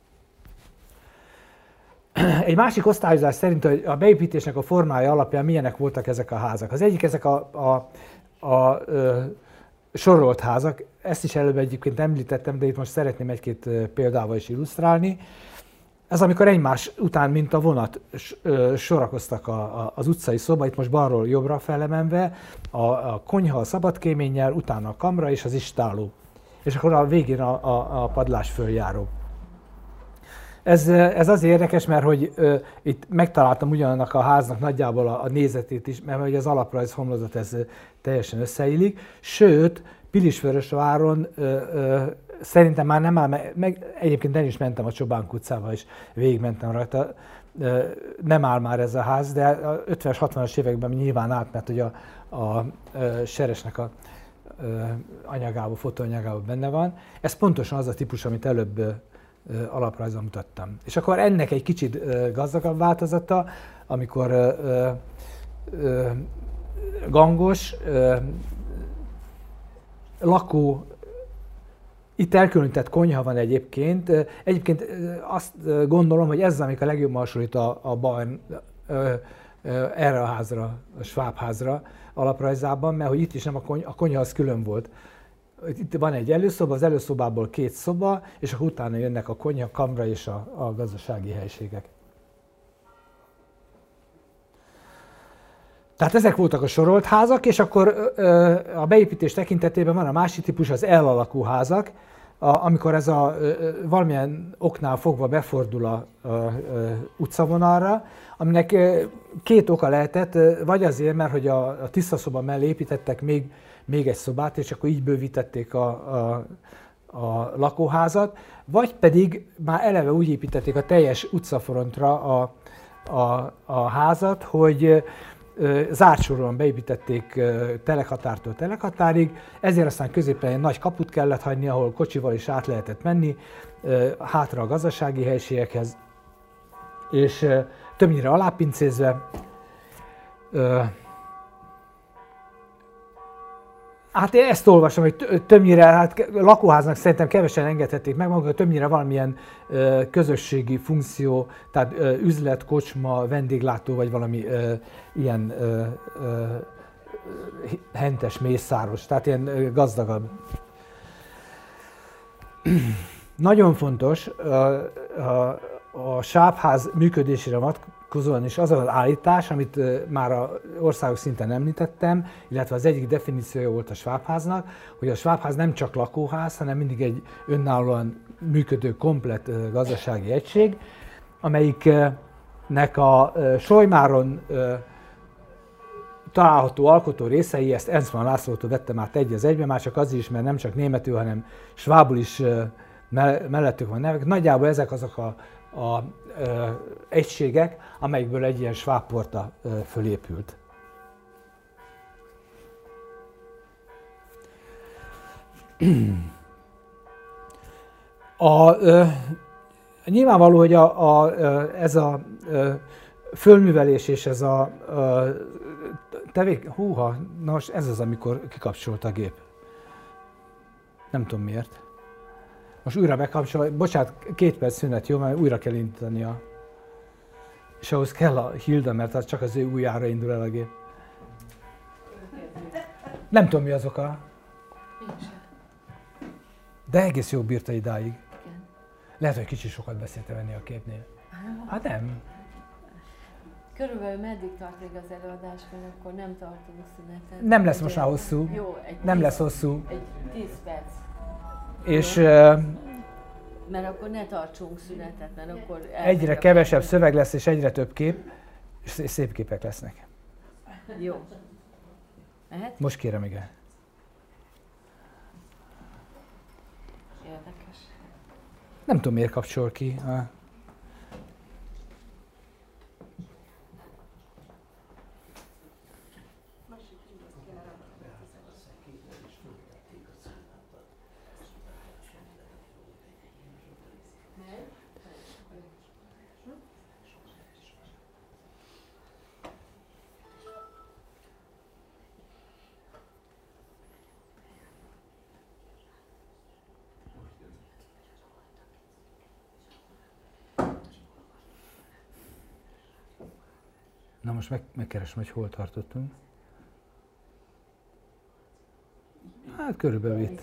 [SPEAKER 2] Egy másik osztályozás szerint, hogy a beépítésnek a formája alapján milyenek voltak ezek a házak. Az egyik ezek a, a, a, a sorolt házak, ezt is előbb egyébként említettem, de itt most szeretném egy-két példával is illusztrálni. Ez amikor egymás után, mint a vonat, sorakoztak a, a, az utcai szoba, itt most balról jobbra felemenve, a, a konyha a szabadkéménnyel, utána a kamra és az istáló. És akkor a végén a, a, a padlás följáró. Ez, ez azért érdekes, mert hogy uh, itt megtaláltam ugyanannak a háznak nagyjából a, a nézetét is, mert hogy az alaprajz homlokzat ez uh, teljesen összeillik. Sőt, Pilisvörösváron uh, uh, szerintem már nem áll, meg egyébként el is mentem a Csobánk utcával, és végigmentem rajta. Uh, nem áll már ez a ház, de a ötvenes, hatvanas években nyilván állt, mert hogy a, a, a Seresnek a uh, anyagában, fotóanyagában benne van. Ez pontosan az a típus, amit előbb uh, alaprajzon mutattam. És akkor ennek egy kicsit gazdagabb változata, amikor ö, ö, gangos, ö, lakó, itt elkülönített konyha van egyébként. Egyébként azt gondolom, hogy ez, amik a legjobban hasonlít a, a Bauern ö, ö, erre a házra, a Schwab házra alaprajzában, mert hogy itt is nem a konyha, a konyha az külön volt. Itt van egy előszoba, az előszobából két szoba, és akkor utána jönnek a konyha, kamra és a, a gazdasági helységek. Tehát ezek voltak a sorolt házak, és akkor ö, a beépítés tekintetében van a másik típus, az L-alakú házak, a, amikor ez a ö, valamilyen oknál fogva befordul a ö, ö, utcavonalra, aminek ö, két oka lehetett, vagy azért, mert hogy a, a tiszta szoba mellé építettek még még egy szobát, és akkor így bővítették a, a, a lakóházat, vagy pedig már eleve úgy építették a teljes utcafrontra a, a, a házat, hogy zárt soron beépítették telekhatártól telekhatárig, ezért aztán középen egy nagy kaput kellett hagyni, ahol kocsival is át lehetett menni, hátra a gazdasági helységekhez, és többnyire alápincézve. Hát én ezt olvasom, hogy többnyire, hát lakóháznak szerintem kevesen engedhették meg magukat, többnyire valamilyen ö, közösségi funkció, tehát ö, üzlet, kocsma, vendéglátó, vagy valami ö, ilyen ö, ö, hentes, mészáros, tehát ilyen ö, gazdagabb. Nagyon fontos a, a, a sápház működésére vonatkozóan is az az állítás, amit már az országos szinten említettem, illetve az egyik definíciója volt a Schwab-háznak, hogy a Schwab-ház nem csak lakóház, hanem mindig egy önállóan működő, komplett gazdasági egység, amelyiknek a Solymáron található alkotó részei, ezt Enzmann Lászlótól vettem át egy az egyben, már csak az is, mert nem csak németül, hanem svábul is mellettük van nevek. Nagyjából ezek azok a, a ö, egységek, amelyekből egy ilyen sváb porta ö, fölépült. A, ö, nyilvánvaló, hogy a, a, ez a ö, fölművelés és ez a ö, tevék... Húha, na most ez az, amikor kikapcsolt a gép. Nem tudom miért. Most újra bekapcsol, bocsánat, két perc szünet, jó, mert újra kell indítania. És ahhoz kell a Hilda, mert az csak az ő ujjára indul el a gép. Nem tudom, mi az oka. De De egész jó bírta idáig.
[SPEAKER 4] Igen.
[SPEAKER 2] Lehet, hogy kicsit sokat beszélte venni a képnél. Hát nem.
[SPEAKER 4] Körülbelül meddig tart még az előadás, mert akkor nem tartunk szünetet.
[SPEAKER 2] Nem lesz most már hosszú.
[SPEAKER 4] Jó, egy
[SPEAKER 2] Nem
[SPEAKER 4] tíz,
[SPEAKER 2] lesz hosszú.
[SPEAKER 4] Egy tíz perc.
[SPEAKER 2] És
[SPEAKER 4] Mert akkor ne tartsunk szünetet, mert akkor...
[SPEAKER 2] egyre kevesebb szöveg lesz, és egyre több kép, és szép képek lesznek.
[SPEAKER 4] Jó. Mehet?
[SPEAKER 2] Most kérem, igen.
[SPEAKER 4] Érdekes.
[SPEAKER 2] Nem tudom, miért kapcsol ki. Na most meg, megkeresem, hogy hol tartottunk. Hát körülbelül itt.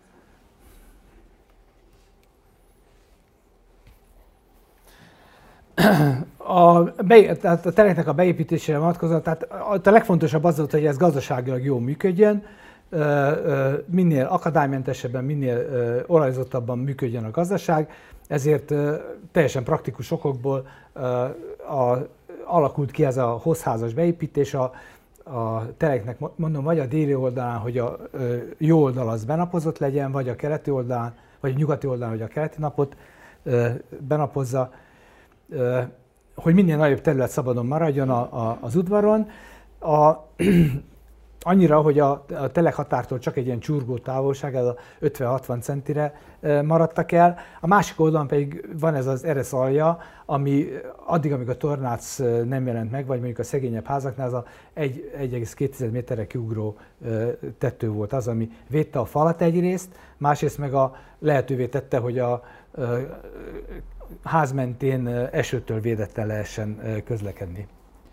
[SPEAKER 2] A, be, tehát a tereknek a beépítésére vonatkozóan, tehát a legfontosabb az volt, hogy ez gazdaságilag jól működjön, minél akadálymentesebben, minél olajzottabban működjön a gazdaság, ezért teljesen praktikus okokból a alakult ki ez a hosszházas beépítés a, a tereknek, mondom, vagy a déli oldalán, hogy a ö, jó oldal az benapozott legyen, vagy a keleti oldalán, vagy a nyugati oldalán, hogy a keleti napot ö, benapozza, ö, hogy minél nagyobb terület szabadon maradjon a, a, az udvaron. A, annyira, hogy a, a telek határtól csak egy ilyen csurgó távolság, ez a ötven-hatvan centire maradtak el. A másik oldalon pedig van ez az eresz alja, ami addig, amíg a tornác nem jelent meg, vagy mondjuk a szegényebb házaknál, az a egy egész két méterre kiugró tető volt az, ami védte a falat egyrészt, másrészt meg a lehetővé tette, hogy a ház mentén esőtől védetten lehessen közlekedni.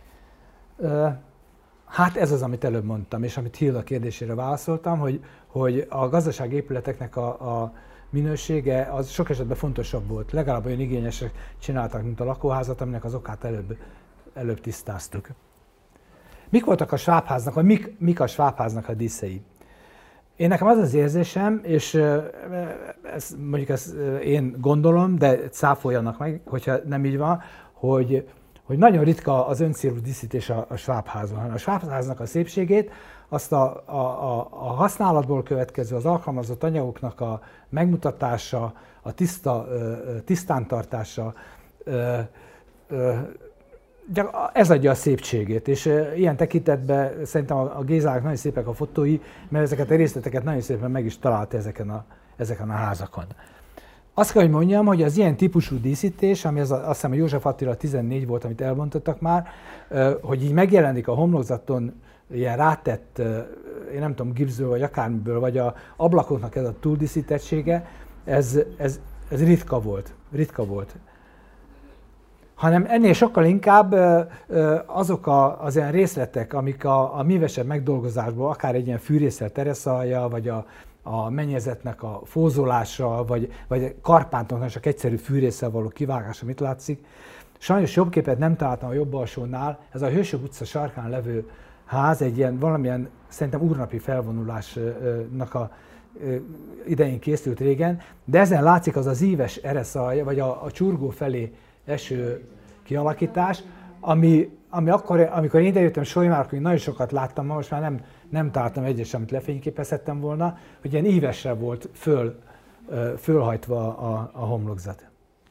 [SPEAKER 2] Hát ez az, amit előbb mondtam, és amit Hilda kérdésére válaszoltam, hogy, hogy a gazdasági épületeknek a, a minősége az sok esetben fontosabb volt. Legalább olyan igényesek csináltak, mint a lakóházat, aminek az okát előbb, előbb tisztáztuk. Mik voltak a Schwab-háznak, vagy mik, mik a Schwab-háznak a díszei? Én nekem az az érzésem, és ez, mondjuk ezt én gondolom, de cáfoljanak meg, hogyha nem így van, hogy hogy nagyon ritka az öncélú díszítés a, a Schwab-házban. A Schwab-háznak a szépségét azt a, a, a, a használatból következő, az alkalmazott anyagoknak a megmutatása, a tiszta, tisztántartása, ez adja a szépségét, és ilyen tekintetben szerintem a Gézának nagyon szépek a fotói, mert ezeket a részleteket nagyon szépen meg is talált ezeken a, ezeken a házakon. Azt kell, hogy mondjam, hogy az ilyen típusú díszítés, ami az, azt hiszem a József Attila tizennégy volt, amit elbontottak már, hogy így megjelenik a homlokzaton ilyen rátett, én nem tudom, gipszből vagy akármiből, vagy a ablakoknak ez a túldíszítettsége, ez, ez, ez ritka volt, ritka volt. Hanem ennél sokkal inkább azok a, az ilyen részletek, amik a, a művesebb megdolgozásból, akár egy ilyen fűrészsel tereszalja, vagy a a mennyezetnek a fózolása, vagy, vagy karpántoknak csak egyszerű fűrésszel való kivágása, mit látszik. Sajnos jobb képet nem találtam a jobb alsónál, ez a Hősök utca sarkán levő ház egy ilyen valamilyen, szerintem úrnapi felvonulásnak a idején készült régen, de ezen látszik az az íves ereszalja, vagy a, a csurgó felé eső kialakítás, ami, ami akkor, amikor én idejöttem Solymárkon, nagyon sokat láttam, most már nem, nem találtam egyes, amit lefényképezhettem volna, hogy ilyen ívesre volt föl, fölhajtva a, a homlokzat.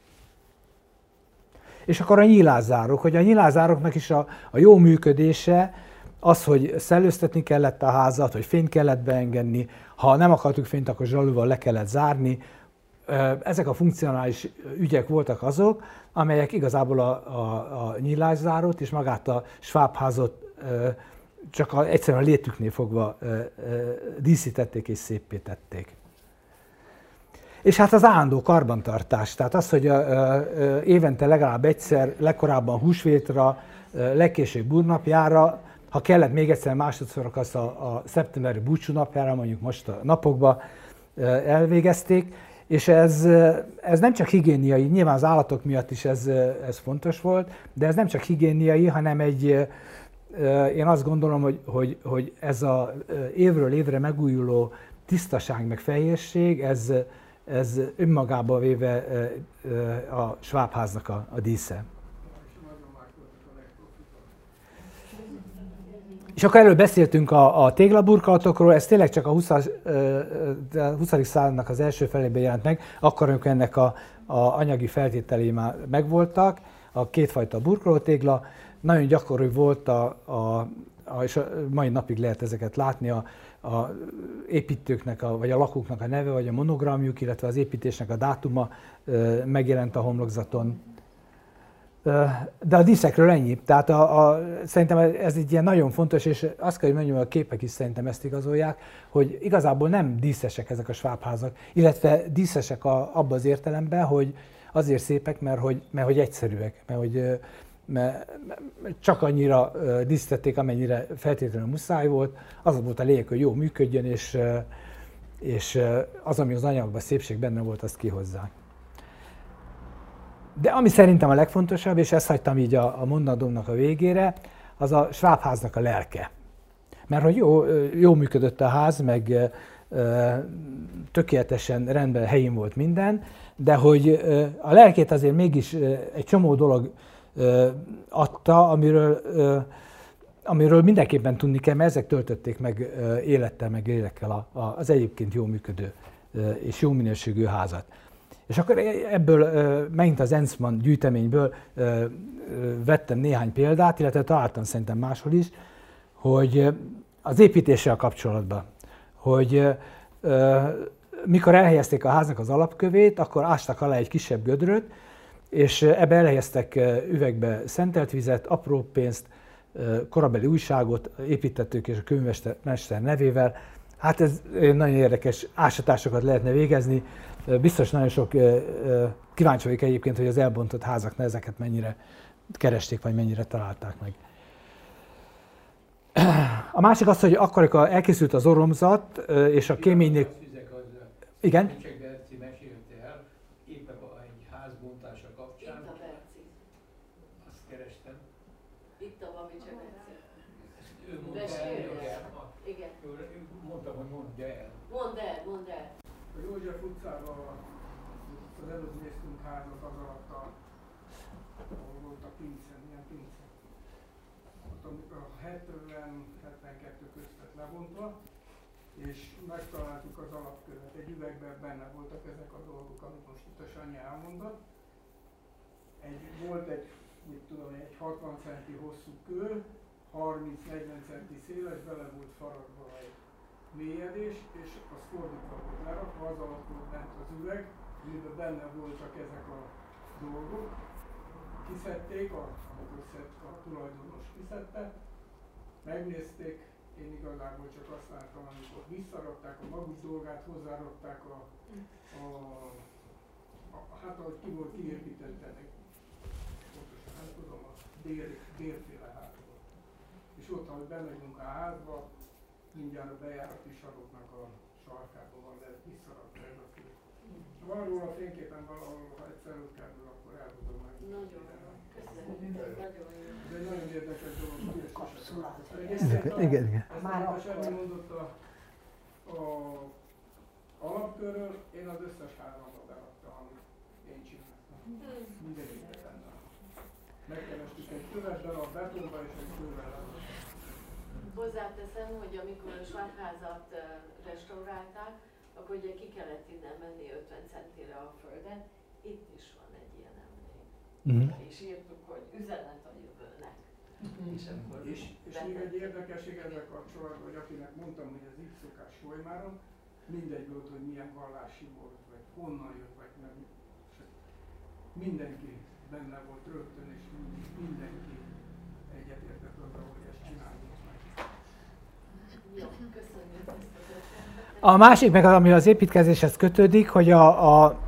[SPEAKER 2] És akkor a nyilázzárok, hogy a nyilázzároknak is a, a jó működése az, hogy szellőztetni kellett a házat, hogy fényt kellett beengedni, ha nem akartuk fényt, akkor zsalúval le kellett zárni. Ezek a funkcionális ügyek voltak azok, amelyek igazából a, a, a nyilászárót és magát a Schwab-házot csak a, egyszerűen a létüknél fogva díszítették és széppé tették. És hát az állandó karbantartás, tehát az, hogy évente legalább egyszer, legkorábban húsvétra, legkésőbb búrnapjára, ha kellett még egyszer másodszor, azt a, a szeptemberi búcsúnapjára, mondjuk most a napokban, elvégezték, és ez, ez nem csak higiéniai, nyilván az állatok miatt is ez, ez fontos volt, de ez nem csak higiéniai, hanem egy, én azt gondolom, hogy, hogy, hogy ez az évről évre megújuló tisztaság meg fehérség, ez, ez önmagába véve a Schwab-háznak a, a dísze. És akkor előbb beszéltünk a, a téglaburkolatokról, ez tényleg csak a huszadik századnak az első felében jelent meg, akkor, amikor ennek a, a anyagi feltételei már megvoltak, a kétfajta burkolótégla. Nagyon gyakori volt, a, a, a, és a mai napig lehet ezeket látni, a, a építőknek, a, vagy a lakóknak a neve, vagy a monogramjuk, illetve az építésnek a dátuma megjelent a homlokzaton. De a díszekről ennyi. Tehát a, a, szerintem ez egy ilyen nagyon fontos, és azt kell, hogy mondjam, hogy a képek is szerintem ezt igazolják, hogy igazából nem díszesek ezek a Schwab-házak, illetve díszesek a, abban az értelemben, hogy azért szépek, mert hogy, mert hogy egyszerűek, mert hogy mert csak annyira díszítették, amennyire feltétlenül muszáj volt. Az volt a lényeg, hogy jó működjön, és, és az, ami az anyagban szépség benne volt, azt kihozzák. De ami szerintem a legfontosabb, és ezt hagytam így a, a mondatomnak a végére, az a Schwab-háznak a lelke. Mert hogy jó, jó működött a ház, meg tökéletesen rendben, helyén volt minden, de hogy a lelkét azért mégis egy csomó dolog adta, amiről, amiről mindenképpen tudni kell, mert ezek töltötték meg élettel, meg lélekkel az egyébként jó működő és jó minőségű házat. És akkor ebből, megint az Enzmann gyűjteményből vettem néhány példát, illetve találtam szerintem máshol is, hogy az építéssel kapcsolatban, hogy mikor elhelyezték a háznak az alapkövét, akkor ástak alá egy kisebb gödröt, és ebbe elhelyeztek üvegbe szentelt vizet, apró pénzt, korabeli újságot, építettük és a könyvmester nevével. Hát ez nagyon érdekes ásatásokat lehetne végezni. Biztos nagyon sok kíváncsi vagyok egyébként, hogy az elbontott házaknál ezeket mennyire keresték, vagy mennyire találták meg. A másik az, hogy akkor, amikor elkészült az oromzat, és a kéménynél... Igen?
[SPEAKER 4] Mondd el, mondd el.
[SPEAKER 6] A József utcában az előbb néztünk házat az alatt, ahol volt a pince, milyen pince. Ott a hetven-hetvenkettő köztet lebontva, és megtaláltuk az alapkövet. Egy üvegben benne voltak ezek a dolgok, amit most itt a Sanyi elmondott. Egy, volt egy, mit tudom, egy hatvan centi hosszú kő, harminc-negyven centi széles, bele volt faragva egy mélyedés, és az fordítva volt lerakva, az alatt volt bent az üveg, amiben benne voltak ezek a dolgok. Kiszedték, a, amikor szett, a tulajdonos kiszedte, megnézték, én igazából csak azt láttam, amikor visszarakták a maguk dolgát, hozzárakták a, a, a hát ahogy ki volt kiépítette, pontosan nem tudom, a dél, délféle házba. És ott, ahogy bemegyünk a házba, mindjárt a bejárati saroknak a sarkában van, de visszarakta ez a kép. Van róla a fényképen valahol, ha egyszer előkerül, akkor elmondom meg.
[SPEAKER 4] Nagyon jó. Köszönjük, ez nagyon jó.
[SPEAKER 6] Ez egy nagyon érdekes dolog, hogy ezt
[SPEAKER 3] Abszolút.
[SPEAKER 2] Igen, igen.
[SPEAKER 6] Már a semmi mondott a, a alapkörről, én az összes házamba beraktam, amit én csináltam. Mindegyikben benne. Megkerestük egy kövesben, a betonba és egy kővel.
[SPEAKER 4] Hozzáteszem, hogy amikor a Schwab-házat restaurálták, akkor ugye ki kellett innen menni ötven centire a földet. Itt is van egy ilyen emlék. Mm. És írtuk, hogy üzenet a jövőnek. Mm. És, akkor
[SPEAKER 6] és, és még egy érdekesség ezzel kapcsolatban, hogy akinek mondtam, hogy ez így szokás Solymáron, mindegy volt, hogy milyen vallási volt, vagy honnan jött, vagy nem. Mindenki benne volt rögtön, és mindenki egyetértett azzal, hogy ezt csináljuk meg.
[SPEAKER 4] Jó, köszönjük ezt az ötletet.
[SPEAKER 2] A másik meg, ami az építkezéshez kötődik, hogy a, a,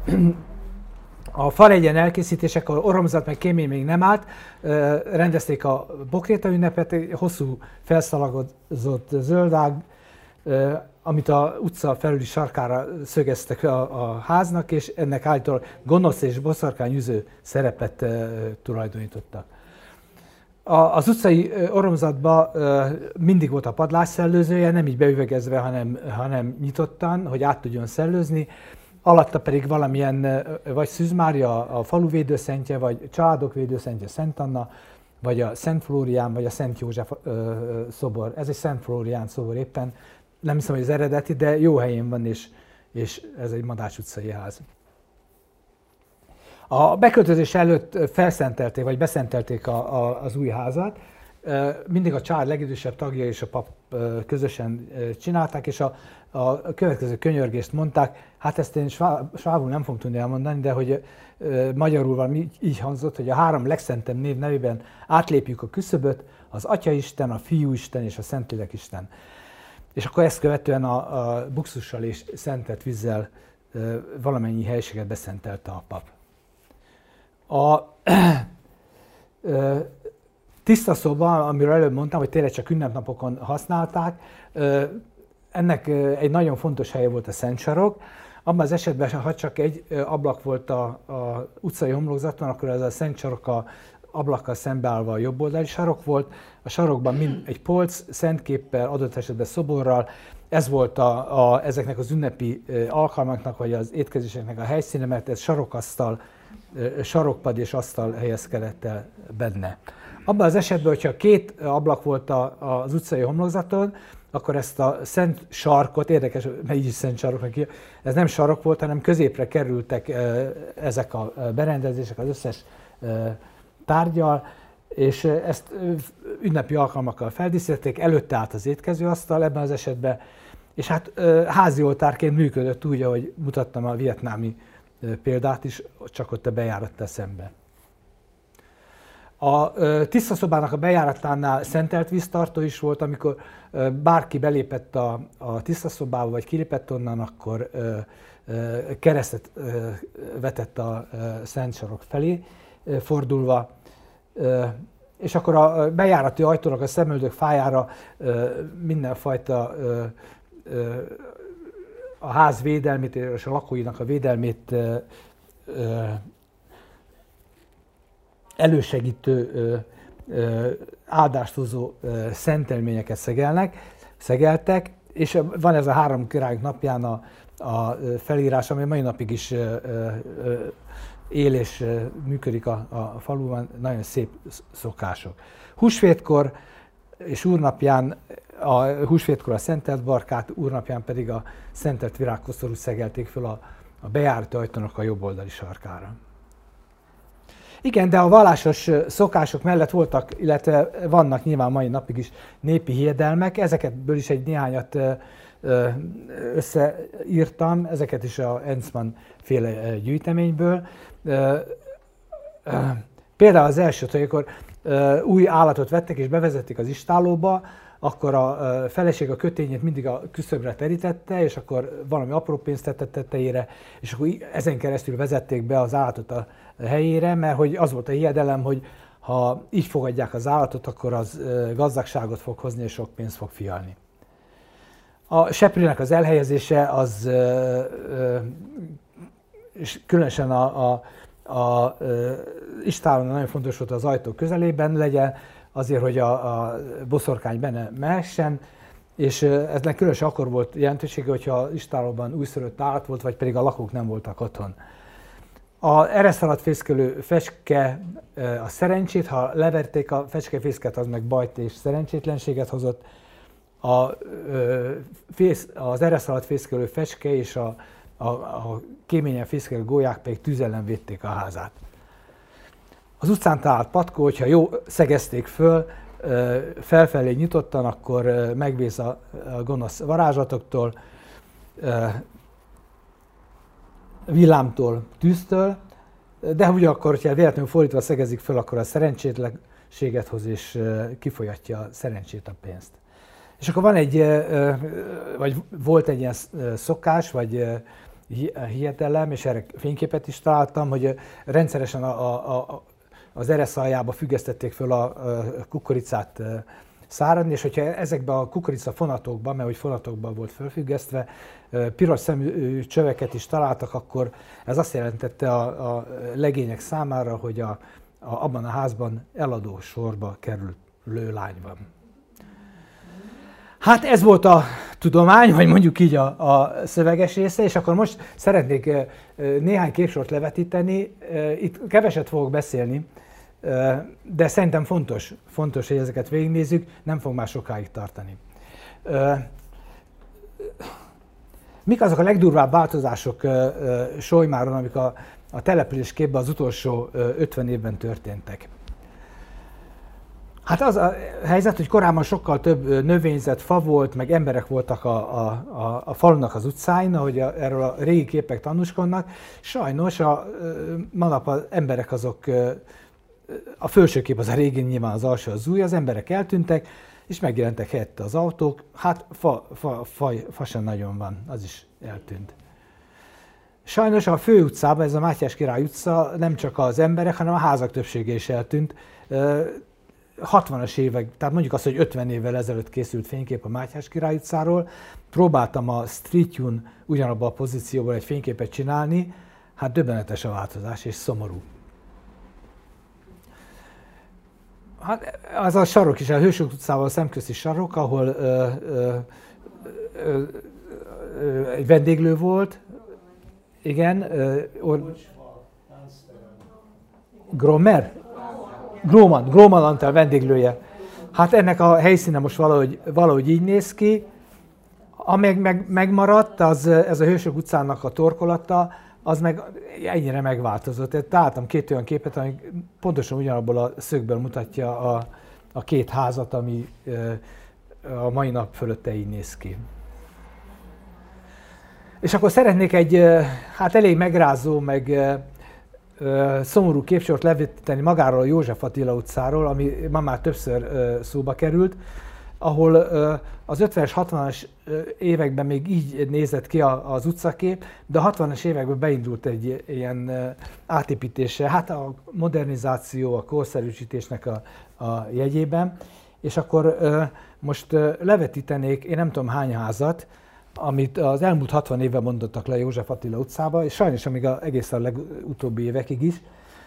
[SPEAKER 2] a falegyen elkészítésekor oromzat meg kémény még nem állt, rendezték a bokréta ünnepet, hosszú felszalagozott zöldág, amit a utca felüli sarkára szögeztek a, a háznak, és ennek állítólag gonosz és boszorkányüző szerepet e, tulajdonítottak. A, az utcai oromzatban e, mindig volt a padlás szellőzője, nem így beüvegezve, hanem, hanem nyitottan, hogy át tudjon szellőzni. Alatta pedig valamilyen, vagy Szűz Mária, a falu védőszentje, vagy családok védőszentje, Szent Anna, vagy a Szent Flórián, vagy a Szent József ö, szobor. Ez egy Szent Flórián szobor éppen. Nem hiszem, hogy az eredeti, de jó helyén van, és, és ez egy Madács utcai ház. A beköltözés előtt felszentelték, vagy beszentelték a, a, az új házat. Mindig a család legidősebb tagja és a pap közösen csinálták, és a, a következő könyörgést mondták. Hát ezt én svábul nem fogom tudni elmondani, de hogy magyarul valami így hangzott, hogy a három legszentebb név nevében átlépjük a küszöböt, az Atyaisten, a Fiúisten és a Szentlélekisten. És akkor ezt követően a, a buxussal és szentelt vízzel valamennyi helyiséget beszentelte a pap. A tiszta szoba, amiről előbb mondtam, hogy tényleg csak ünnepnapokon használták, ennek egy nagyon fontos helye volt a Szent Sarok. Abban az esetben, ha csak egy ablak volt a, a utcai homlokzaton, akkor ez a Szent Sarok a ablakkal szembeállva a jobboldali sarok volt. A sarokban mind egy polc, szentképpel, adott esetben szoborral. Ez volt a, a, ezeknek az ünnepi alkalmaknak, vagy az étkezéseknek a helyszíne, mert ez sarokasztal, sarokpad és asztal helyezkedett el benne. Abban az esetben, hogyha két ablak volt a, az utcai homlokzaton, akkor ezt a szent sarkot, érdekes, mert így is szent saroknak hívja, ez nem sarok volt, hanem középre kerültek ezek a berendezések, az összes tárgyal, és ezt ünnepi alkalmakkal feldíszítették, előtte állt az étkezőasztal ebben az esetben, és hát házi oltárként működött úgy, ahogy mutattam a vietnámi példát is, csak ott a bejárattal szemben. A tisztaszobának a bejáratánál szentelt víztartó is volt, amikor bárki belépett a, a tisztaszobába, vagy kilépett onnan, akkor keresztet vetett a Szent Sarok felé fordulva, és akkor a bejárati ajtónak a szemöldök fájára mindenfajta a ház védelmét és a lakóinak a védelmét elősegítő, áldást hozó szentelményeket szegelnek, szegeltek, és van ez a három királyok napján a, a felírás, ami mai napig is él és működik a, a faluban, nagyon szép szokások. Húsvétkor és úrnapján, a húsvétkor a szentelt barkát, úrnapján pedig a szentelt virágkoszorú szegelték föl a, a bejárati ajtónak a jobb oldali sarkára. Igen, de a vallásos szokások mellett voltak, illetve vannak nyilván mai napig is népi hiedelmek, ezekből is egy néhányat összeírtam, ezeket is a Enzmann féle gyűjteményből. Például az első, hogy akkor új állatot vettek és bevezették az istállóba, akkor a feleség a kötényét mindig a küszöbre terítette, és akkor valami apró pénzt tette tetejére, és akkor ezen keresztül vezették be az állatot a helyére, mert hogy az volt a hiedelem, hogy ha így fogadják az állatot, akkor az gazdagságot fog hozni és sok pénzt fog fialni. A seprűnek az elhelyezése az, és különösen a, a, a istállón nagyon fontos volt, az ajtó közelében legyen, azért, hogy a, a boszorkány benne mehessen, és eznek különösen akkor volt jelentősége, hogyha az istállóban újszülött állat volt, vagy pedig a lakók nem voltak otthon. A ereszt alatt fészkelő fecske a szerencsét, ha leverték a fecskefészket, az meg bajt és szerencsétlenséget hozott. A, az ereszt alatt fészkelő fecske és a, a, a kéményen fészkelő gólyák pedig tűz ellen védték a házát. Az utcán talált patkó, hogyha jó szegezték föl, felfelé nyitottan, akkor megvész a gonosz varázslatoktól, villámtól, tűztől, de ugyanakkor, hogyha véletlenül fordítva szegezik föl, akkor a szerencsétlenséget hoz és kifolyatja a szerencsét, a pénzt. És akkor van egy, vagy volt egy ilyen szokás, vagy hiedelem, és erre fényképet is találtam, hogy rendszeresen a, a, a, az eresz aljába függesztették föl a kukoricát száradni, és hogyha ezekben a kukorica fonatokban, mert hogy fonatokban volt fölfüggesztve, piros szemű csöveket is találtak, akkor ez azt jelentette a, a legények számára, hogy a, a, abban a házban eladó sorba kerülő lány van. Hát ez volt a tudomány, vagy mondjuk így a, a szöveges része, és akkor most szeretnék néhány képsort levetíteni. Itt keveset fogok beszélni, de szerintem fontos, fontos, hogy ezeket végignézzük, nem fog már sokáig tartani. Mik azok a legdurvább változások Solymáron, amik a, a település képben az utolsó ötven évben történtek? Hát az a helyzet, hogy korábban sokkal több növényzet, fa volt, meg emberek voltak a, a, a, a falunak az utcáin, ahogy a, erről a régi képek tanúskodnak. Sajnos a manap az emberek azok, a felső kép az a régi, nyilván az alsó az új, az emberek eltűntek, és megjelentek helyette az autók. Hát fa, fa, fa, fa sem nagyon van, az is eltűnt. Sajnos a főutcában, ez a Mátyás Király utca, nem csak az emberek, hanem a házak többsége is eltűnt. hatvanas évek, tehát mondjuk azt, hogy ötven évvel ezelőtt készült fénykép a Mátyás Király utcáról. Próbáltam a Street View-n ugyanabban a pozícióban egy fényképet csinálni, hát döbbenetes a változás és szomorú. Hát az a sarok is, a Hősök utcával a szemközti sarok, ahol ö, ö, ö, ö, egy vendéglő volt, igen, ö, or... Gromer? Groman, Groman Antal vendéglője. Hát ennek a helyszíne most valahogy, valahogy így néz ki. Ami meg, megmaradt, az ez a Hősök utcának a torkolata, az meg ennyire megváltozott. Találtam két olyan képet, ami pontosan ugyanabból a szögből mutatja a, a két házat, ami a mai nap fölötte így néz ki. És akkor szeretnék egy hát elég megrázó, meg szomorú képsort levetíteni magáról a József Attila utcáról, ami ma már többször szóba került, ahol az ötvenes, hatvanas években még így nézett ki az utcakép, de a hatvanas években beindult egy ilyen átépítése, hát a modernizáció, a korszerűsítésnek a, a jegyében, és akkor most levetítenék, én nem tudom hány házat, amit az elmúlt hatvan évben mondottak le József Attila utcába, és sajnos amíg a, egészen a legutóbbi évekig is.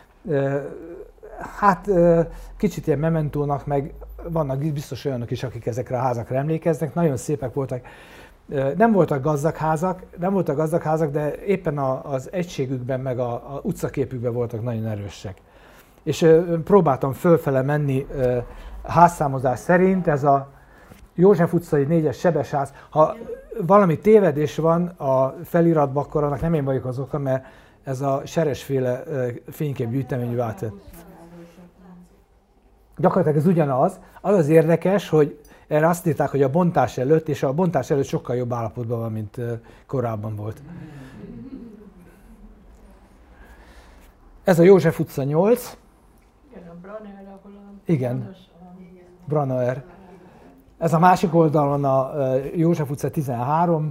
[SPEAKER 2] Hát kicsit ilyen mementónak, meg vannak biztos olyanok is, akik ezekre a házakra emlékeznek, nagyon szépek voltak. Nem voltak gazdag házak, nem voltak gazdag házak, de éppen az egységükben, meg a, a utcaképükben voltak nagyon erősek. És próbáltam fölfele menni házszámozás szerint, ez a József utcai négyes Sebesház. Ha valami tévedés van a feliratban, akkor annak nem én vagyok az oka, mert ez a Seresféle fényképgyűjteményű vált. Gyakorlatilag ez ugyanaz. Az az érdekes, hogy erre azt írták, hogy a bontás előtt, és a bontás előtt sokkal jobb állapotban van, mint korábban volt. Ez a József utca nyolc.
[SPEAKER 5] Igen, a Branner, ahol a...
[SPEAKER 2] Igen, Branner. Ez a másik oldalon a József utca tizenhárom,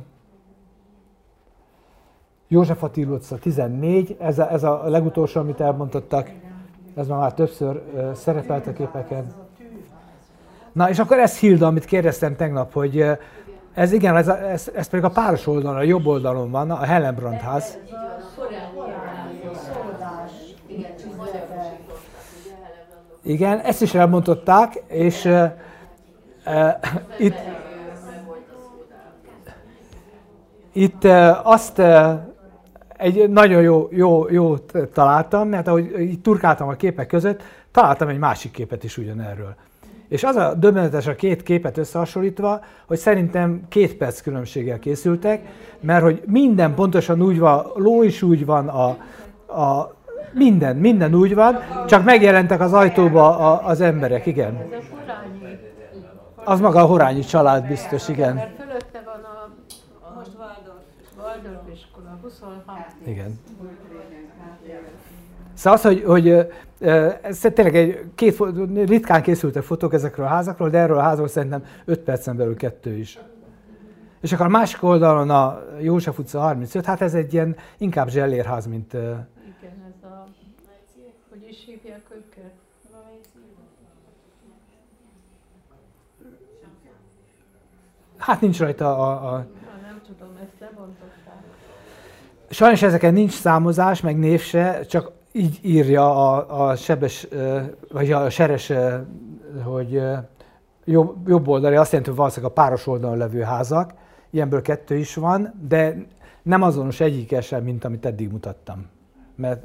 [SPEAKER 2] József Attila utca tizennégy, ez a, ez a legutolsó, amit elmondottak, ez már többször uh, szerepelt a képeken. Na és akkor ez Hilda, amit kérdeztem tegnap, hogy uh, ez igen, ez, a, ez, ez pedig a páros oldalon, a jobb oldalon van, a Hellenbrand ház. Igen, ezt is elmondották, és uh, uh, itt, itt uh, azt uh, egy nagyon jó, jó, jó találtam, mert ahogy így turkáltam a képek között, találtam egy másik képet is ugyanerről. És az a döbbenetes a két képet összehasonlítva, hogy szerintem két perc különbséggel készültek, mert hogy minden pontosan úgy van, ló is úgy van, a, a, minden, minden úgy van, csak megjelentek az ajtóba a, az emberek, igen.
[SPEAKER 5] Ez a Horányi.
[SPEAKER 2] Az maga a Horányi család biztos, igen.
[SPEAKER 5] Mert fölötte van a, a most Waldorf iskola, huszonhat.
[SPEAKER 2] Igen. Szóval az, hogy, hogy ez tényleg egy, két, ritkán készültek fotók ezekről a házakról, de erről a házról szerintem öt percen belül kettő is. És akkor a másik oldalon a József utca harmincöt, hát ez egy ilyen inkább zsellérház, mint...
[SPEAKER 5] Igen, ez a... Hogy is hívják őket?
[SPEAKER 2] Hát nincs rajta a... a...
[SPEAKER 5] Nem tudom, ezt lebontották.
[SPEAKER 2] Sajnos ezeken nincs számozás, meg név se, csak így írja a, a sebes, vagy a seres, hogy jobb, jobb oldali, azt jelenti, hogy valószínűleg a páros oldalon levő házak. Ilyenből kettő is van, de nem azonos egyik sem, mint amit eddig mutattam. Mert...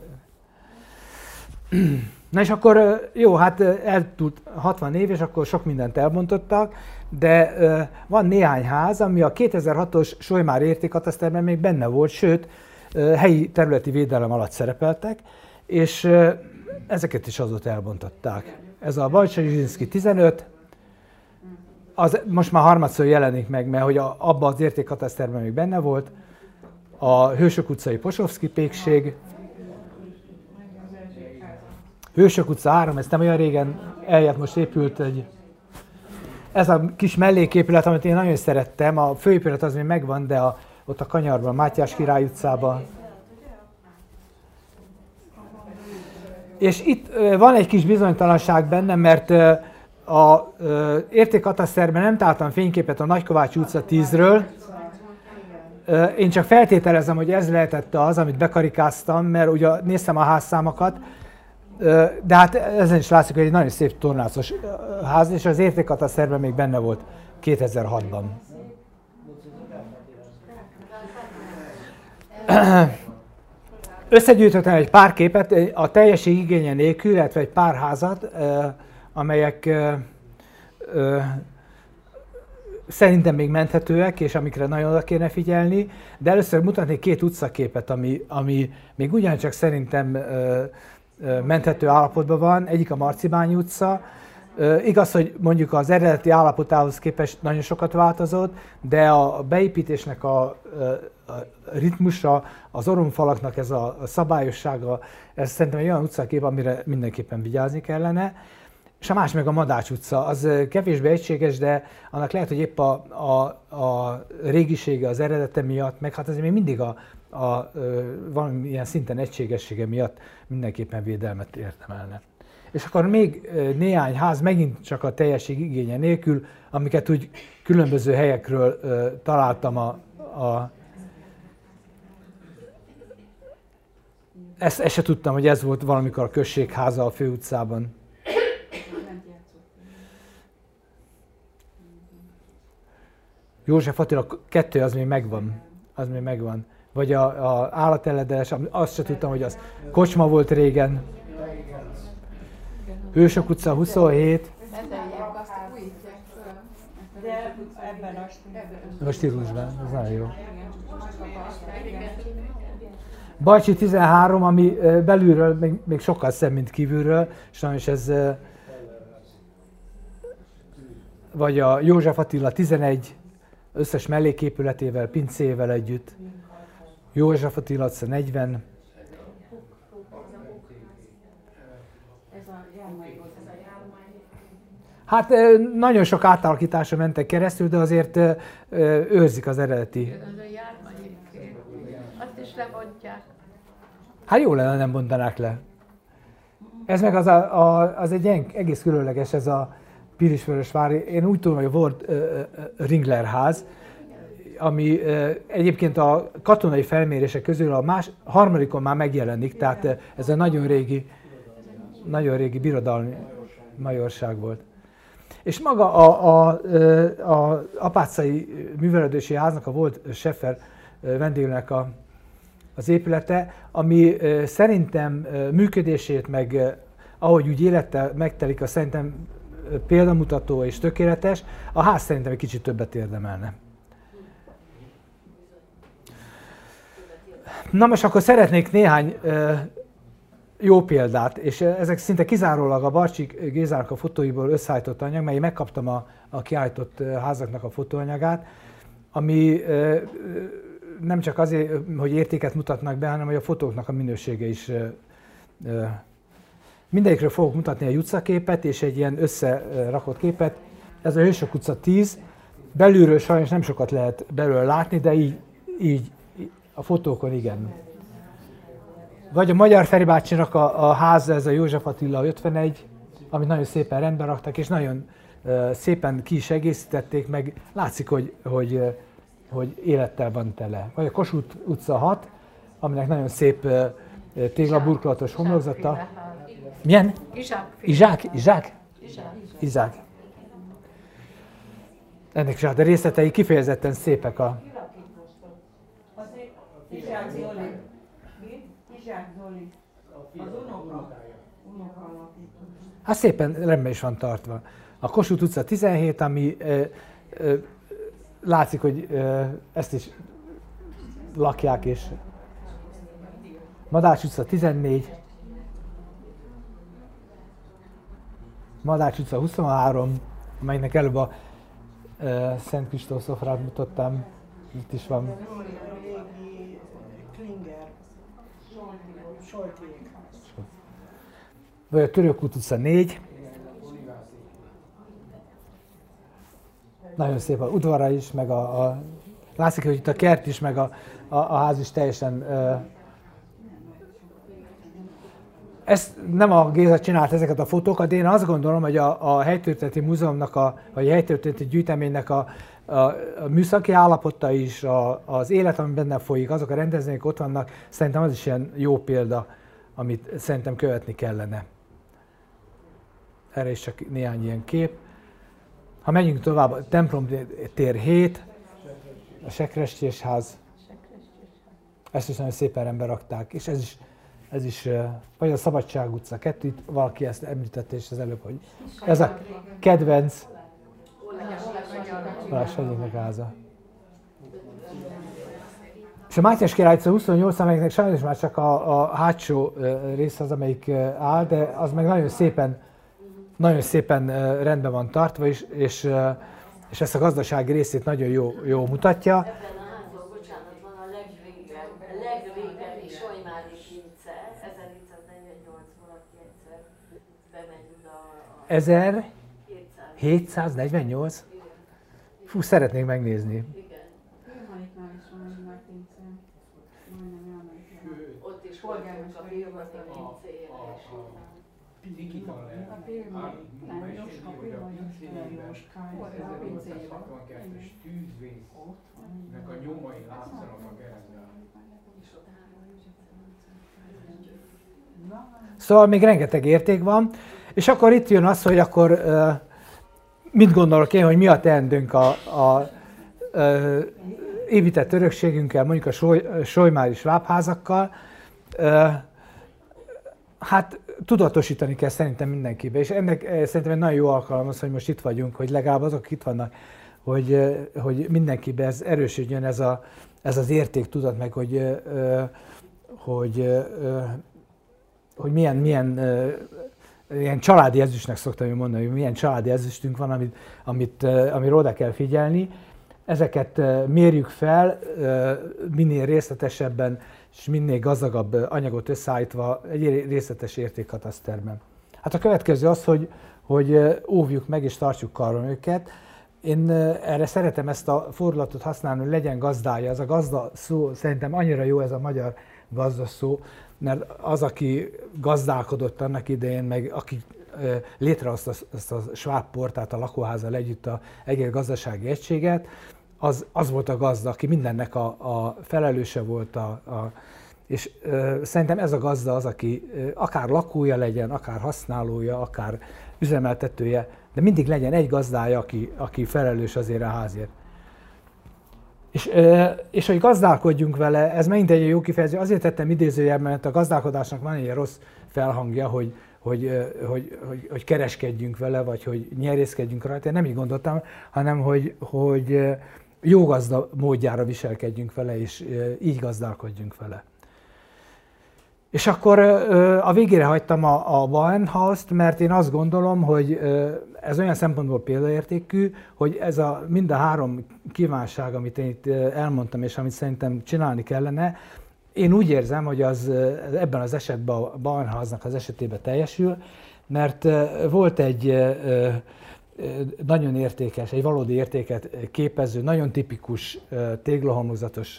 [SPEAKER 2] Na és akkor jó, hát eltúlt hatvan év, és akkor sok mindent elbontottak, de van néhány ház, ami a kétezer-hatos Solymár értékkataszterben még benne volt, sőt, helyi területi védelem alatt szerepeltek, és ezeket is azóta elbontották. Ez a Bajcsy-Zsilinszky tizenöt, az most már harmadszor jelenik meg, mert hogy a, abban az értékkataszterben még benne volt, a Hősök utcai Posovszky pékség, Hősök utca három, ez nem olyan régen eljött, most épült egy... Ez a kis melléképület, amit én nagyon szerettem, a főépület az még megvan, de a, ott a kanyarban, Mátyás Király utcában. És itt van egy kis bizonytalanság benne, mert a értékkataszterben nem találtam fényképet a Nagykovács utca tízről. Én csak feltételezem, hogy ez lehetett az, amit bekarikáztam, mert ugye néztem a házszámokat, de hát ezen is látszik, hogy egy nagyon szép tornácos ház, és az értékkataszterben még benne volt kétezer-hatban. Összegyűjtöttem egy pár képet, a teljesség igénye nélkül, illetve egy pár házat, amelyek szerintem még menthetőek, és amikre nagyon oda kéne figyelni, de először mutatnék két utcaképet, ami, ami még ugyancsak szerintem menthető állapotban van. Egyik a Marcibányi utca. Igaz, hogy mondjuk az eredeti állapotához képest nagyon sokat változott, de a beépítésnek a, a ritmusa, az oromfalaknak ez a szabályossága, ez szerintem egy olyan utcakép, amire mindenképpen vigyázni kellene. És a másik meg a Madács utca, az kevésbé egységes, de annak lehet, hogy épp a, a, a régisége, az eredete miatt, meg hát azért még mindig a, a valamilyen szinten egységessége miatt mindenképpen védelmet érdemelne. És akkor még néhány ház, megint csak a teljesség igénye nélkül, amiket úgy különböző helyekről találtam a, a ezt, ezt se tudtam, hogy ez volt valamikor a községháza a főutcában. József Attila kettő, az még megvan. Az még megvan. Vagy a, a állateledes, azt se tudtam, hogy az kocsma volt régen. Hősök utca huszonhét. A stílusban, ez nagyon jó. Bajcsy tizenhárom, ami belülről még, még sokkal szebb, mint kívülről. Sajnos ez... Vagy a József Attila tizenegy, összes melléképületével, pincével együtt. József Attila utca negyven. Hát nagyon sok átalakításra mentek keresztül, de azért őrzik az eredeti.
[SPEAKER 5] Ez a jármányék, azt is lebontják.
[SPEAKER 2] Hát jó lenne, nem bontanák le. Ez meg az, a, a, az egy egész különleges, ez a Pilisvörösvári. Én úgy tudom, hogy volt uh, Ringler ház, ami uh, egyébként a katonai felmérések közül a más, harmadikon már megjelenik, tehát uh, ez a nagyon régi, nagyon régi birodalmi majorság volt. És maga a, a, a, a apáczai művelődési háznak, a volt Scheffer vendéglőnek a, az épülete, ami szerintem működését, meg ahogy úgy élettel megtelik, a szerintem példamutató és tökéletes, a ház szerintem egy kicsit többet érdemelne. Na most akkor szeretnék néhány jó példát, és ezek szinte kizárólag a Barcsik Gézának a fotóiból összeállított anyag, mert én megkaptam a, a kiállított házaknak a fotóanyagát, ami nem csak azért, hogy értéket mutatnak be, hanem hogy a fotóknak a minősége is. Mindegyikről fogok mutatni egy utcaképet és egy ilyen összerakott képet. Ez a Hősök utca tíz. Belülről sajnos nem sokat lehet belőle látni, de így, így a fotókon igen. Vagy a Magyar Feri bácsinak a, a háza, ez a József Attila ötvenegy, amit nagyon szépen rendbe raktak, és nagyon szépen ki is egészítették, meg látszik, hogy, hogy, hogy élettel van tele. Vagy a Kossuth utca hat, aminek nagyon szép téglaburkolatos homlokzata. Milyen? Izsák? Izsák? Izsák. Ennek is a részletei kifejezetten szépek a...
[SPEAKER 5] Izsák Zoli. Izsák Zoli. Az unoka. Unoka alapító.
[SPEAKER 2] Hát szépen rendben is van tartva. A Kossuth utca tizenhét, ami ö, ö, látszik, hogy ö, ezt is lakják, és Madács utca tizennégy, Madács utca huszonhárom, amelynek előbb a ö, Szent Kristóf szofrát mutattam, itt is van.
[SPEAKER 3] Régi Klinger, Soltiék.
[SPEAKER 2] Vagy a Törökút utca négy. Nagyon szép a udvara is, meg a, a látszik, hogy itt a kert is, meg a, a, a ház is teljesen... Uh, ezt nem a Géza csinált ezeket a fotókat, de én azt gondolom, hogy a, a Helytörténeti Múzeumnak, a, vagy a Helytörténeti Gyűjteménynek a, a, a műszaki állapota is, a, az élet, ami benne folyik, azok a rendezvények ott vannak, szerintem az is ilyen jó példa, amit szerintem követni kellene. Erre is csak néhány ilyen kép. Ha megyünk tovább, a templom tér hét, a Sekrestyésház, ezt is nagyon szépen rendbe rakták, és ez is, ez is vagy a Szabadság utca kettő, itt valaki ezt említette is az előbb, hogy ez a kedvenc Balázs Hegyéknek háza. És a Mátyás Király utca huszonnyolc, amelyiknek sajnos már csak a, a hátsó része az, amelyik áll, de az meg nagyon szépen nagyon szépen rendben van tartva, és, és, és ezt a gazdasági részét nagyon jó, jó mutatja.
[SPEAKER 4] Ebben a házban, bocsánat, van a legvégebb, legrégebbi Solymári pince, ezerhétszáznegyvennyolc valaki egyszer bemegy oda a...
[SPEAKER 2] ezerhétszáznegyvennyolc? Fú, szeretnék megnézni.
[SPEAKER 4] Igen.
[SPEAKER 5] Hőhaiknál is van egy nagy pince. Majdnem elmentem.
[SPEAKER 4] Ott is voltunk a filmet a pincéjére.
[SPEAKER 1] Digital
[SPEAKER 5] A film, Lányos, a film, a
[SPEAKER 1] ezernyolcszázhatvankettes tűzvésznek a nyomai látszanak a gerendán.
[SPEAKER 2] Szóval még rengeteg érték van, és akkor itt jön az, hogy akkor uh, mit gondolok én, hogy mi a teendőnk a, a uh, épített örökségünkkel, mondjuk a soly, solymári svábházakkal. Uh, hát tudatosítani kell szerintem mindenkibe, és ennek szerintem egy nagyon jó alkalom az, hogy most itt vagyunk, hogy legalább azok itt vannak, hogy, hogy mindenkibe ez erősödjön ez, a, ez az értéktudat, meg hogy, hogy, hogy milyen, milyen ilyen családi ezüstnek szoktam én mondani, hogy milyen családi ezüstünk van, amit, amit, amire oda kell figyelni. Ezeket mérjük fel minél részletesebben, és minél gazdagabb anyagot összeállítva egy részletes értékkataszterben. Hát a következő az, hogy, hogy óvjuk meg és tartsuk karban őket. Én erre szeretem ezt a fordulatot használni, hogy legyen gazdája. Ez a gazda szó, szerintem annyira jó ez a magyar gazda szó, mert az, aki gazdálkodott annak idején, meg aki létrehozta ezt a sváb portát a lakóházzal együtt a egész gazdasági egységet, az, az volt a gazda, aki mindennek a, a felelőse volt, a, a, és ö, szerintem ez a gazda az, aki ö, akár lakója legyen, akár használója, akár üzemeltetője, de mindig legyen egy gazdája, aki, aki felelős azért a házért. És, ö, és hogy gazdálkodjunk vele, ez megint egy jó kifejezés, azért tettem idézőjelben, mert a gazdálkodásnak van egy rossz felhangja, hogy, hogy, hogy, hogy, hogy kereskedjünk vele, vagy hogy nyerészkedjünk rajta. Én nem így gondoltam, hanem hogy, hogy jó gazda módjára viselkedjünk vele, és így gazdálkodjunk vele. És akkor a végére hagytam a, a Bauernhaust, mert én azt gondolom, hogy ez olyan szempontból példaértékű, hogy ez a, mind a három kívánság, amit én itt elmondtam, és amit szerintem csinálni kellene, én úgy érzem, hogy az ebben az esetben a Bauernhausnak az esetében teljesül, mert volt egy nagyon értékes, egy valódi értéket képező, nagyon tipikus téglohomlokzatos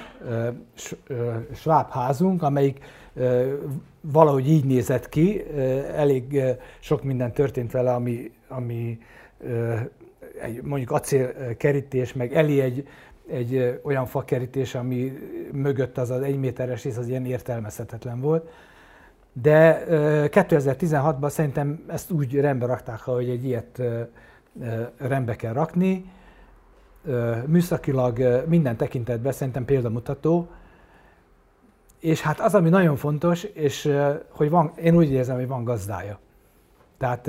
[SPEAKER 2] sváb házunk, amelyik valahogy így nézett ki, elég sok minden történt vele, ami, ami egy, mondjuk acélkerítés, meg elé egy, egy olyan fakerítés, ami mögött az az egy méteres rész, az ilyen értelmezhetetlen volt. De kétezer-tizenhatban szerintem ezt úgy rendbe rakták, hogy egy ilyet rendbe kell rakni. Műszakilag minden tekintetben szerintem példamutató. És hát az, ami nagyon fontos, és hogy van, én úgy érzem, hogy van gazdája. Tehát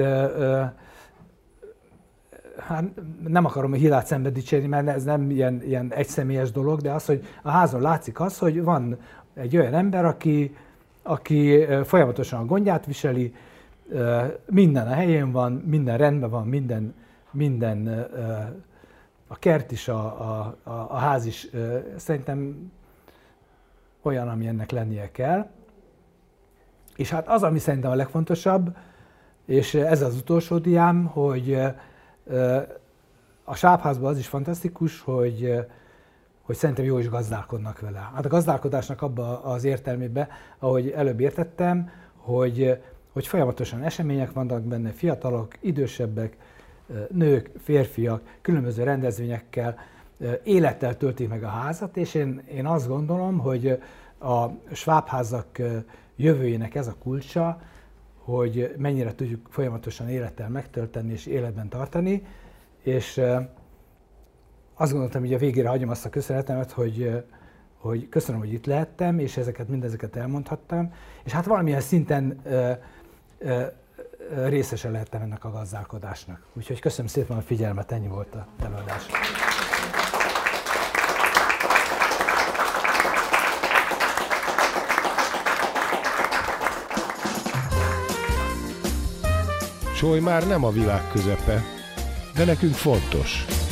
[SPEAKER 2] hát nem akarom a Hilát szembe dicsérni, mert ez nem ilyen, ilyen egyszemélyes dolog, de az, hogy a házon látszik az, hogy van egy olyan ember, aki, aki folyamatosan a gondját viseli, minden a helyén van, minden rendben van, minden, minden a kert is, a, a, a ház is szerintem olyan, ami ennek lennie kell. És hát az, ami szerintem a legfontosabb, és ez az utolsó diám, hogy a sápházban az is fantasztikus, hogy, hogy szerintem jól is gazdálkodnak vele. Hát a gazdálkodásnak abban az értelmében, ahogy előbb értettem, hogy, hogy folyamatosan események vannak benne, fiatalok, idősebbek, nők, férfiak, különböző rendezvényekkel, élettel töltik meg a házat, és én, én azt gondolom, hogy a svábházak jövőjének ez a kulcsa, hogy mennyire tudjuk folyamatosan élettel megtölteni és életben tartani, és azt gondoltam, hogy a végére hagyom azt a köszönetemet, hogy, hogy köszönöm, hogy itt lehettem, és ezeket, mindezeket elmondhattam, és hát valamilyen szinten ö, ö, részese lehettem ennek a gazdálkodásnak. Úgyhogy köszönöm szépen a figyelmet, ennyi volt a előadás.
[SPEAKER 7] Sóly már nem a világ közepe, de nekünk fontos.